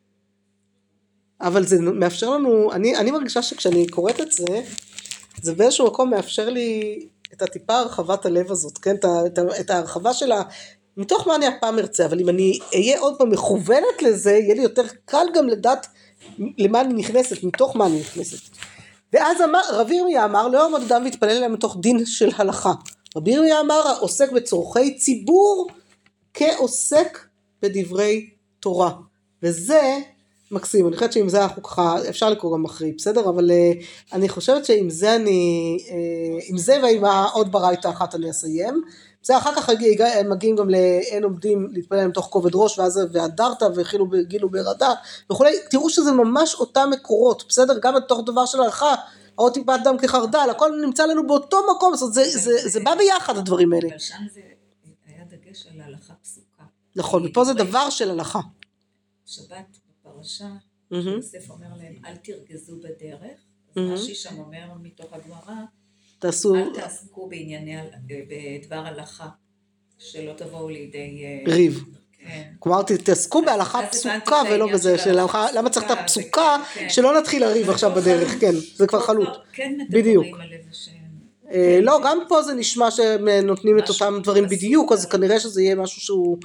אבל זה מאפשר לנו, אני, אני מרגישה שכשאני קוראת את זה, זה באיזשהו מקום מאפשר לי את הטיפה הרחבת הלב הזאת, כן? את, את, את ההרחבה שלה, מתוך מה אני הפעם ארצה, אבל אם אני אהיה עוד פעם מכוונת לזה, יהיה לי יותר קל גם לדעת למה אני נכנסת, מתוך מה אני נכנסת. ואז אמר, רבי ירמיה אמר, לא יעמוד אדם והתפלל אליהם מתוך דין של הלכה. רבי ירמיה אמר, עוסק בצורכי ציבור, כעוסק בדברי תורה. וזה מקסים, אני חושבת שעם זה אנחנו ככה, אפשר לקרוא גם אחרי, בסדר? אבל uh, אני חושבת שעם זה אני, uh, עם זה ועם עוד ברייתא אחת אני אסיים. זה אחר כך הם מגיעים גם לאין עומדים להתפלל מתוך כובד ראש, ואז והדרת והחילו בגילו ברדה וכולי. תראו שזה ממש אותם מקורות, בסדר? גם בתוך דבר של הלכה, עוד טיפת דם כחרדל, הכל נמצא לנו באותו מקום, זאת אומרת, זה, זה, זה בא ביחד הדברים האלה. אבל שם זה היה דגש על הלכה פסוקה. נכון, ופה זה דבר של הלכה. שבת בפרשה, יוסף אומר להם, אל תרגזו בדרך, אז רש"י שם אומר מתוך הגמרא, תעשו... אל תעסקו בענייני, בדבר הלכה, שלא תבואו לידי... ריב. כן. כלומר, תעסקו בהלכה פסוקה ולא בזה, למה צריך את הפסוקה, שלא נתחיל לריב עכשיו בדרך, כן, זה כבר חלוט. כן מדברים על איזה שהם... לא, גם פה זה נשמע שנותנים את אותם דברים בדיוק, אז כנראה שזה יהיה משהו שהוא...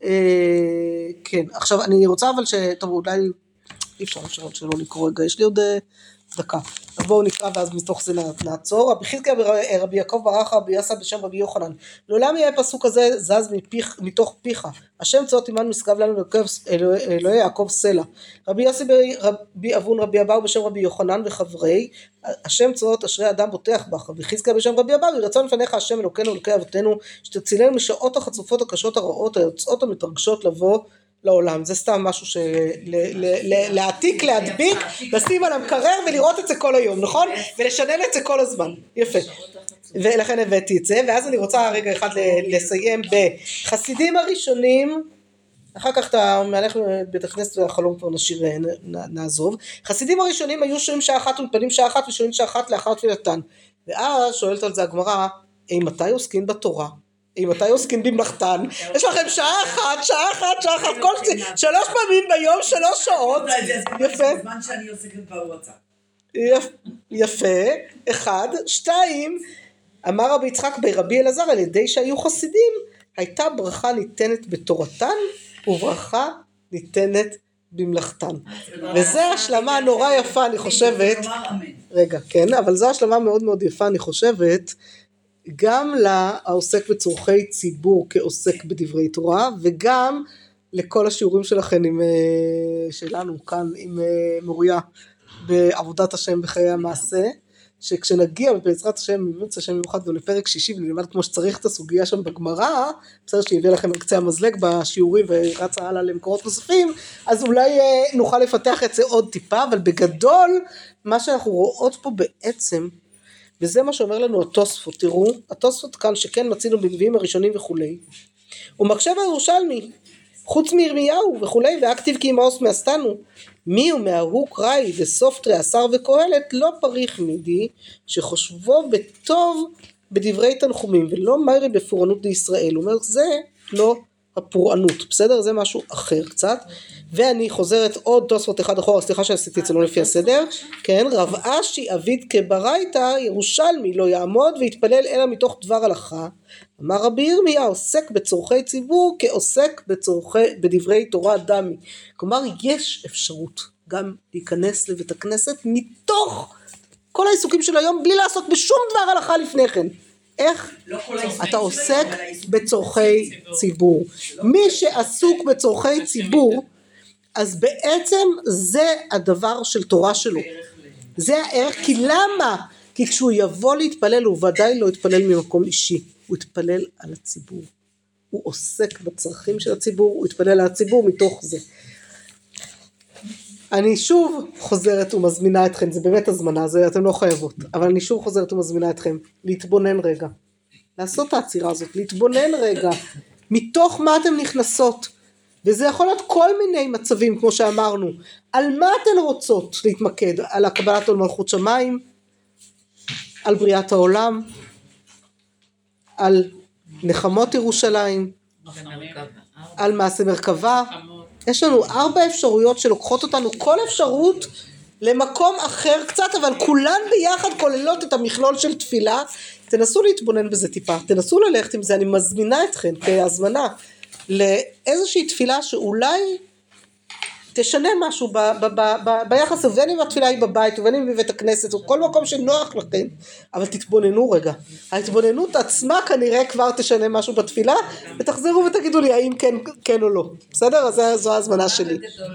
כן, עכשיו אני רוצה אבל ש... טוב, אולי אי אפשר אפשר שלא לקרוא רגע, יש לי עוד דקה, אז בואו נקרא ואז מתוך זה נעצור. רבי חזקיה רבי יעקב ברכה רבי יסא בשם רבי יוחנן, לעולם יהיה פסוק הזה זז מפיך, מתוך פיך, השם צאות עמנו משגב לנו אלוהי יעקב סלע. רבי יוסי ברבי אבון רבי אבאו בשם רבי יוחנן וחברי, השם צאות אשרי אדם בוטח בך. רבי חזקיה בשם רבי אבאו, רצון לפניך השם אלוקינו אלוקי אבותינו, שתצילנו משעות החצופות הקשות הרעות היוצאות המתרגשות לבוא לעולם. זה סתם משהו שלהעתיק, להדביק, לשים על המקרר ולראות את זה כל היום, נכון? ולשנן את זה כל הזמן. יפה. ולכן הבאתי את זה, ואז אני רוצה רגע אחד לסיים בחסידים הראשונים, אחר כך אתה מהלך לבית הכנסת והחלום כבר נשאיר, נעזוב. חסידים הראשונים היו שוהים שעה אחת ומתפללים שעה אחת ושוהים שעה אחת לאחר תפילתן. ואז שואלת על זה הגמרא, אם מתי עוסקים בתורה? אם מתי עוסקים במלאכתן? יש לכם שעה אחת, שעה אחת, שעה אחת, כל זה, שלוש פעמים ביום, שלוש שעות. יפה. בזמן שאני עוסקת בוואטסאפ. יפה, אחד, שתיים, אמר רבי יצחק ברבי אלעזר, על ידי שהיו חסידים, הייתה ברכה ניתנת בתורתן, וברכה ניתנת במלאכתן. וזה השלמה נורא יפה, אני חושבת. רגע, כן, אבל זו השלמה מאוד מאוד יפה, אני חושבת, גם לעוסק בצורכי ציבור כעוסק בדברי תורה, וגם לכל השיעורים שלכם עם, שלנו כאן עם מוריה בעבודת השם בחיי המעשה, שכשנגיע בעזרת השם מימוץ השם מיוחד ולפרק שישי ונלמד כמו שצריך את הסוגיה שם בגמרא, בסדר שיביא לכם קצה המזלג בשיעורים ורצה הלאה למקורות נוספים, אז אולי נוכל לפתח את זה עוד טיפה, אבל בגדול מה שאנחנו רואות פה בעצם, וזה מה שאומר לנו התוספות, תראו, התוספות כאן שכן מצינו בנביאים הראשונים וכולי, הוא מקשה בירושלמי, חוץ מירמיהו וכולי, והכתיב כי מאוס מעשתנו, מי הוא מההוא קראי וסופטרי עשר וקהלת, לא פריך מידי, שחושבו בטוב בדברי תנחומים, ולא מיירי בפורענות לישראל, הוא אומר, זה לא הפורענות, בסדר? זה משהו אחר קצת, ואני חוזרת עוד תוספות אחד אחורה, סליחה שעשיתי את זה לא לפי הסדר, כן, רב אשי אביד כברייתא ירושלמי לא יעמוד ויתפלל אלא מתוך דבר הלכה, אמר רבי ירמיה עוסק בצורכי ציבור כעוסק בצורכי, בדברי תורה דמי, כלומר יש אפשרות גם להיכנס לבית הכנסת מתוך כל העיסוקים של היום בלי לעסוק בשום דבר הלכה לפני כן. איך? אתה עוסק בצורכי ציבור. מי שעסוק בצורכי ציבור, אז בעצם זה הדבר של תורה שלו. זה הערך, כי למה? כי כשהוא יבוא להתפלל, הוא ודאי לא יתפלל ממקום אישי, הוא יתפלל על הציבור. הוא עוסק בצרכים של הציבור, הוא יתפלל על הציבור מתוך זה. אני שוב חוזרת ומזמינה אתכם, זה באמת הזמנה, זה אתם לא חייבות, אבל אני שוב חוזרת ומזמינה אתכם, להתבונן רגע, לעשות את העצירה הזאת, להתבונן רגע, מתוך מה אתם נכנסות, וזה יכול להיות כל מיני מצבים, כמו שאמרנו, על מה אתן רוצות להתמקד, על הקבלת עול מלכות שמיים, על בריאת העולם, על נחמות ירושלים, על מעשה מרכבה, יש לנו ארבע אפשרויות שלוקחות אותנו, כל אפשרות למקום אחר קצת, אבל כולן ביחד כוללות את המכלול של תפילה. תנסו להתבונן בזה טיפה, תנסו ללכת עם זה, אני מזמינה אתכם כהזמנה לאיזושהי תפילה שאולי תשנה משהו ב, ב, ב, ב, ביחס, ובין אם התפילה היא בבית, ובין אם בבית הכנסת, או כל מקום שנוח לכם, אבל תתבוננו רגע. ההתבוננות עצמה כנראה כבר תשנה משהו בתפילה, ותחזרו ותגידו לי האם כן, כן או לא. בסדר? אז זו ההזמנה שלי.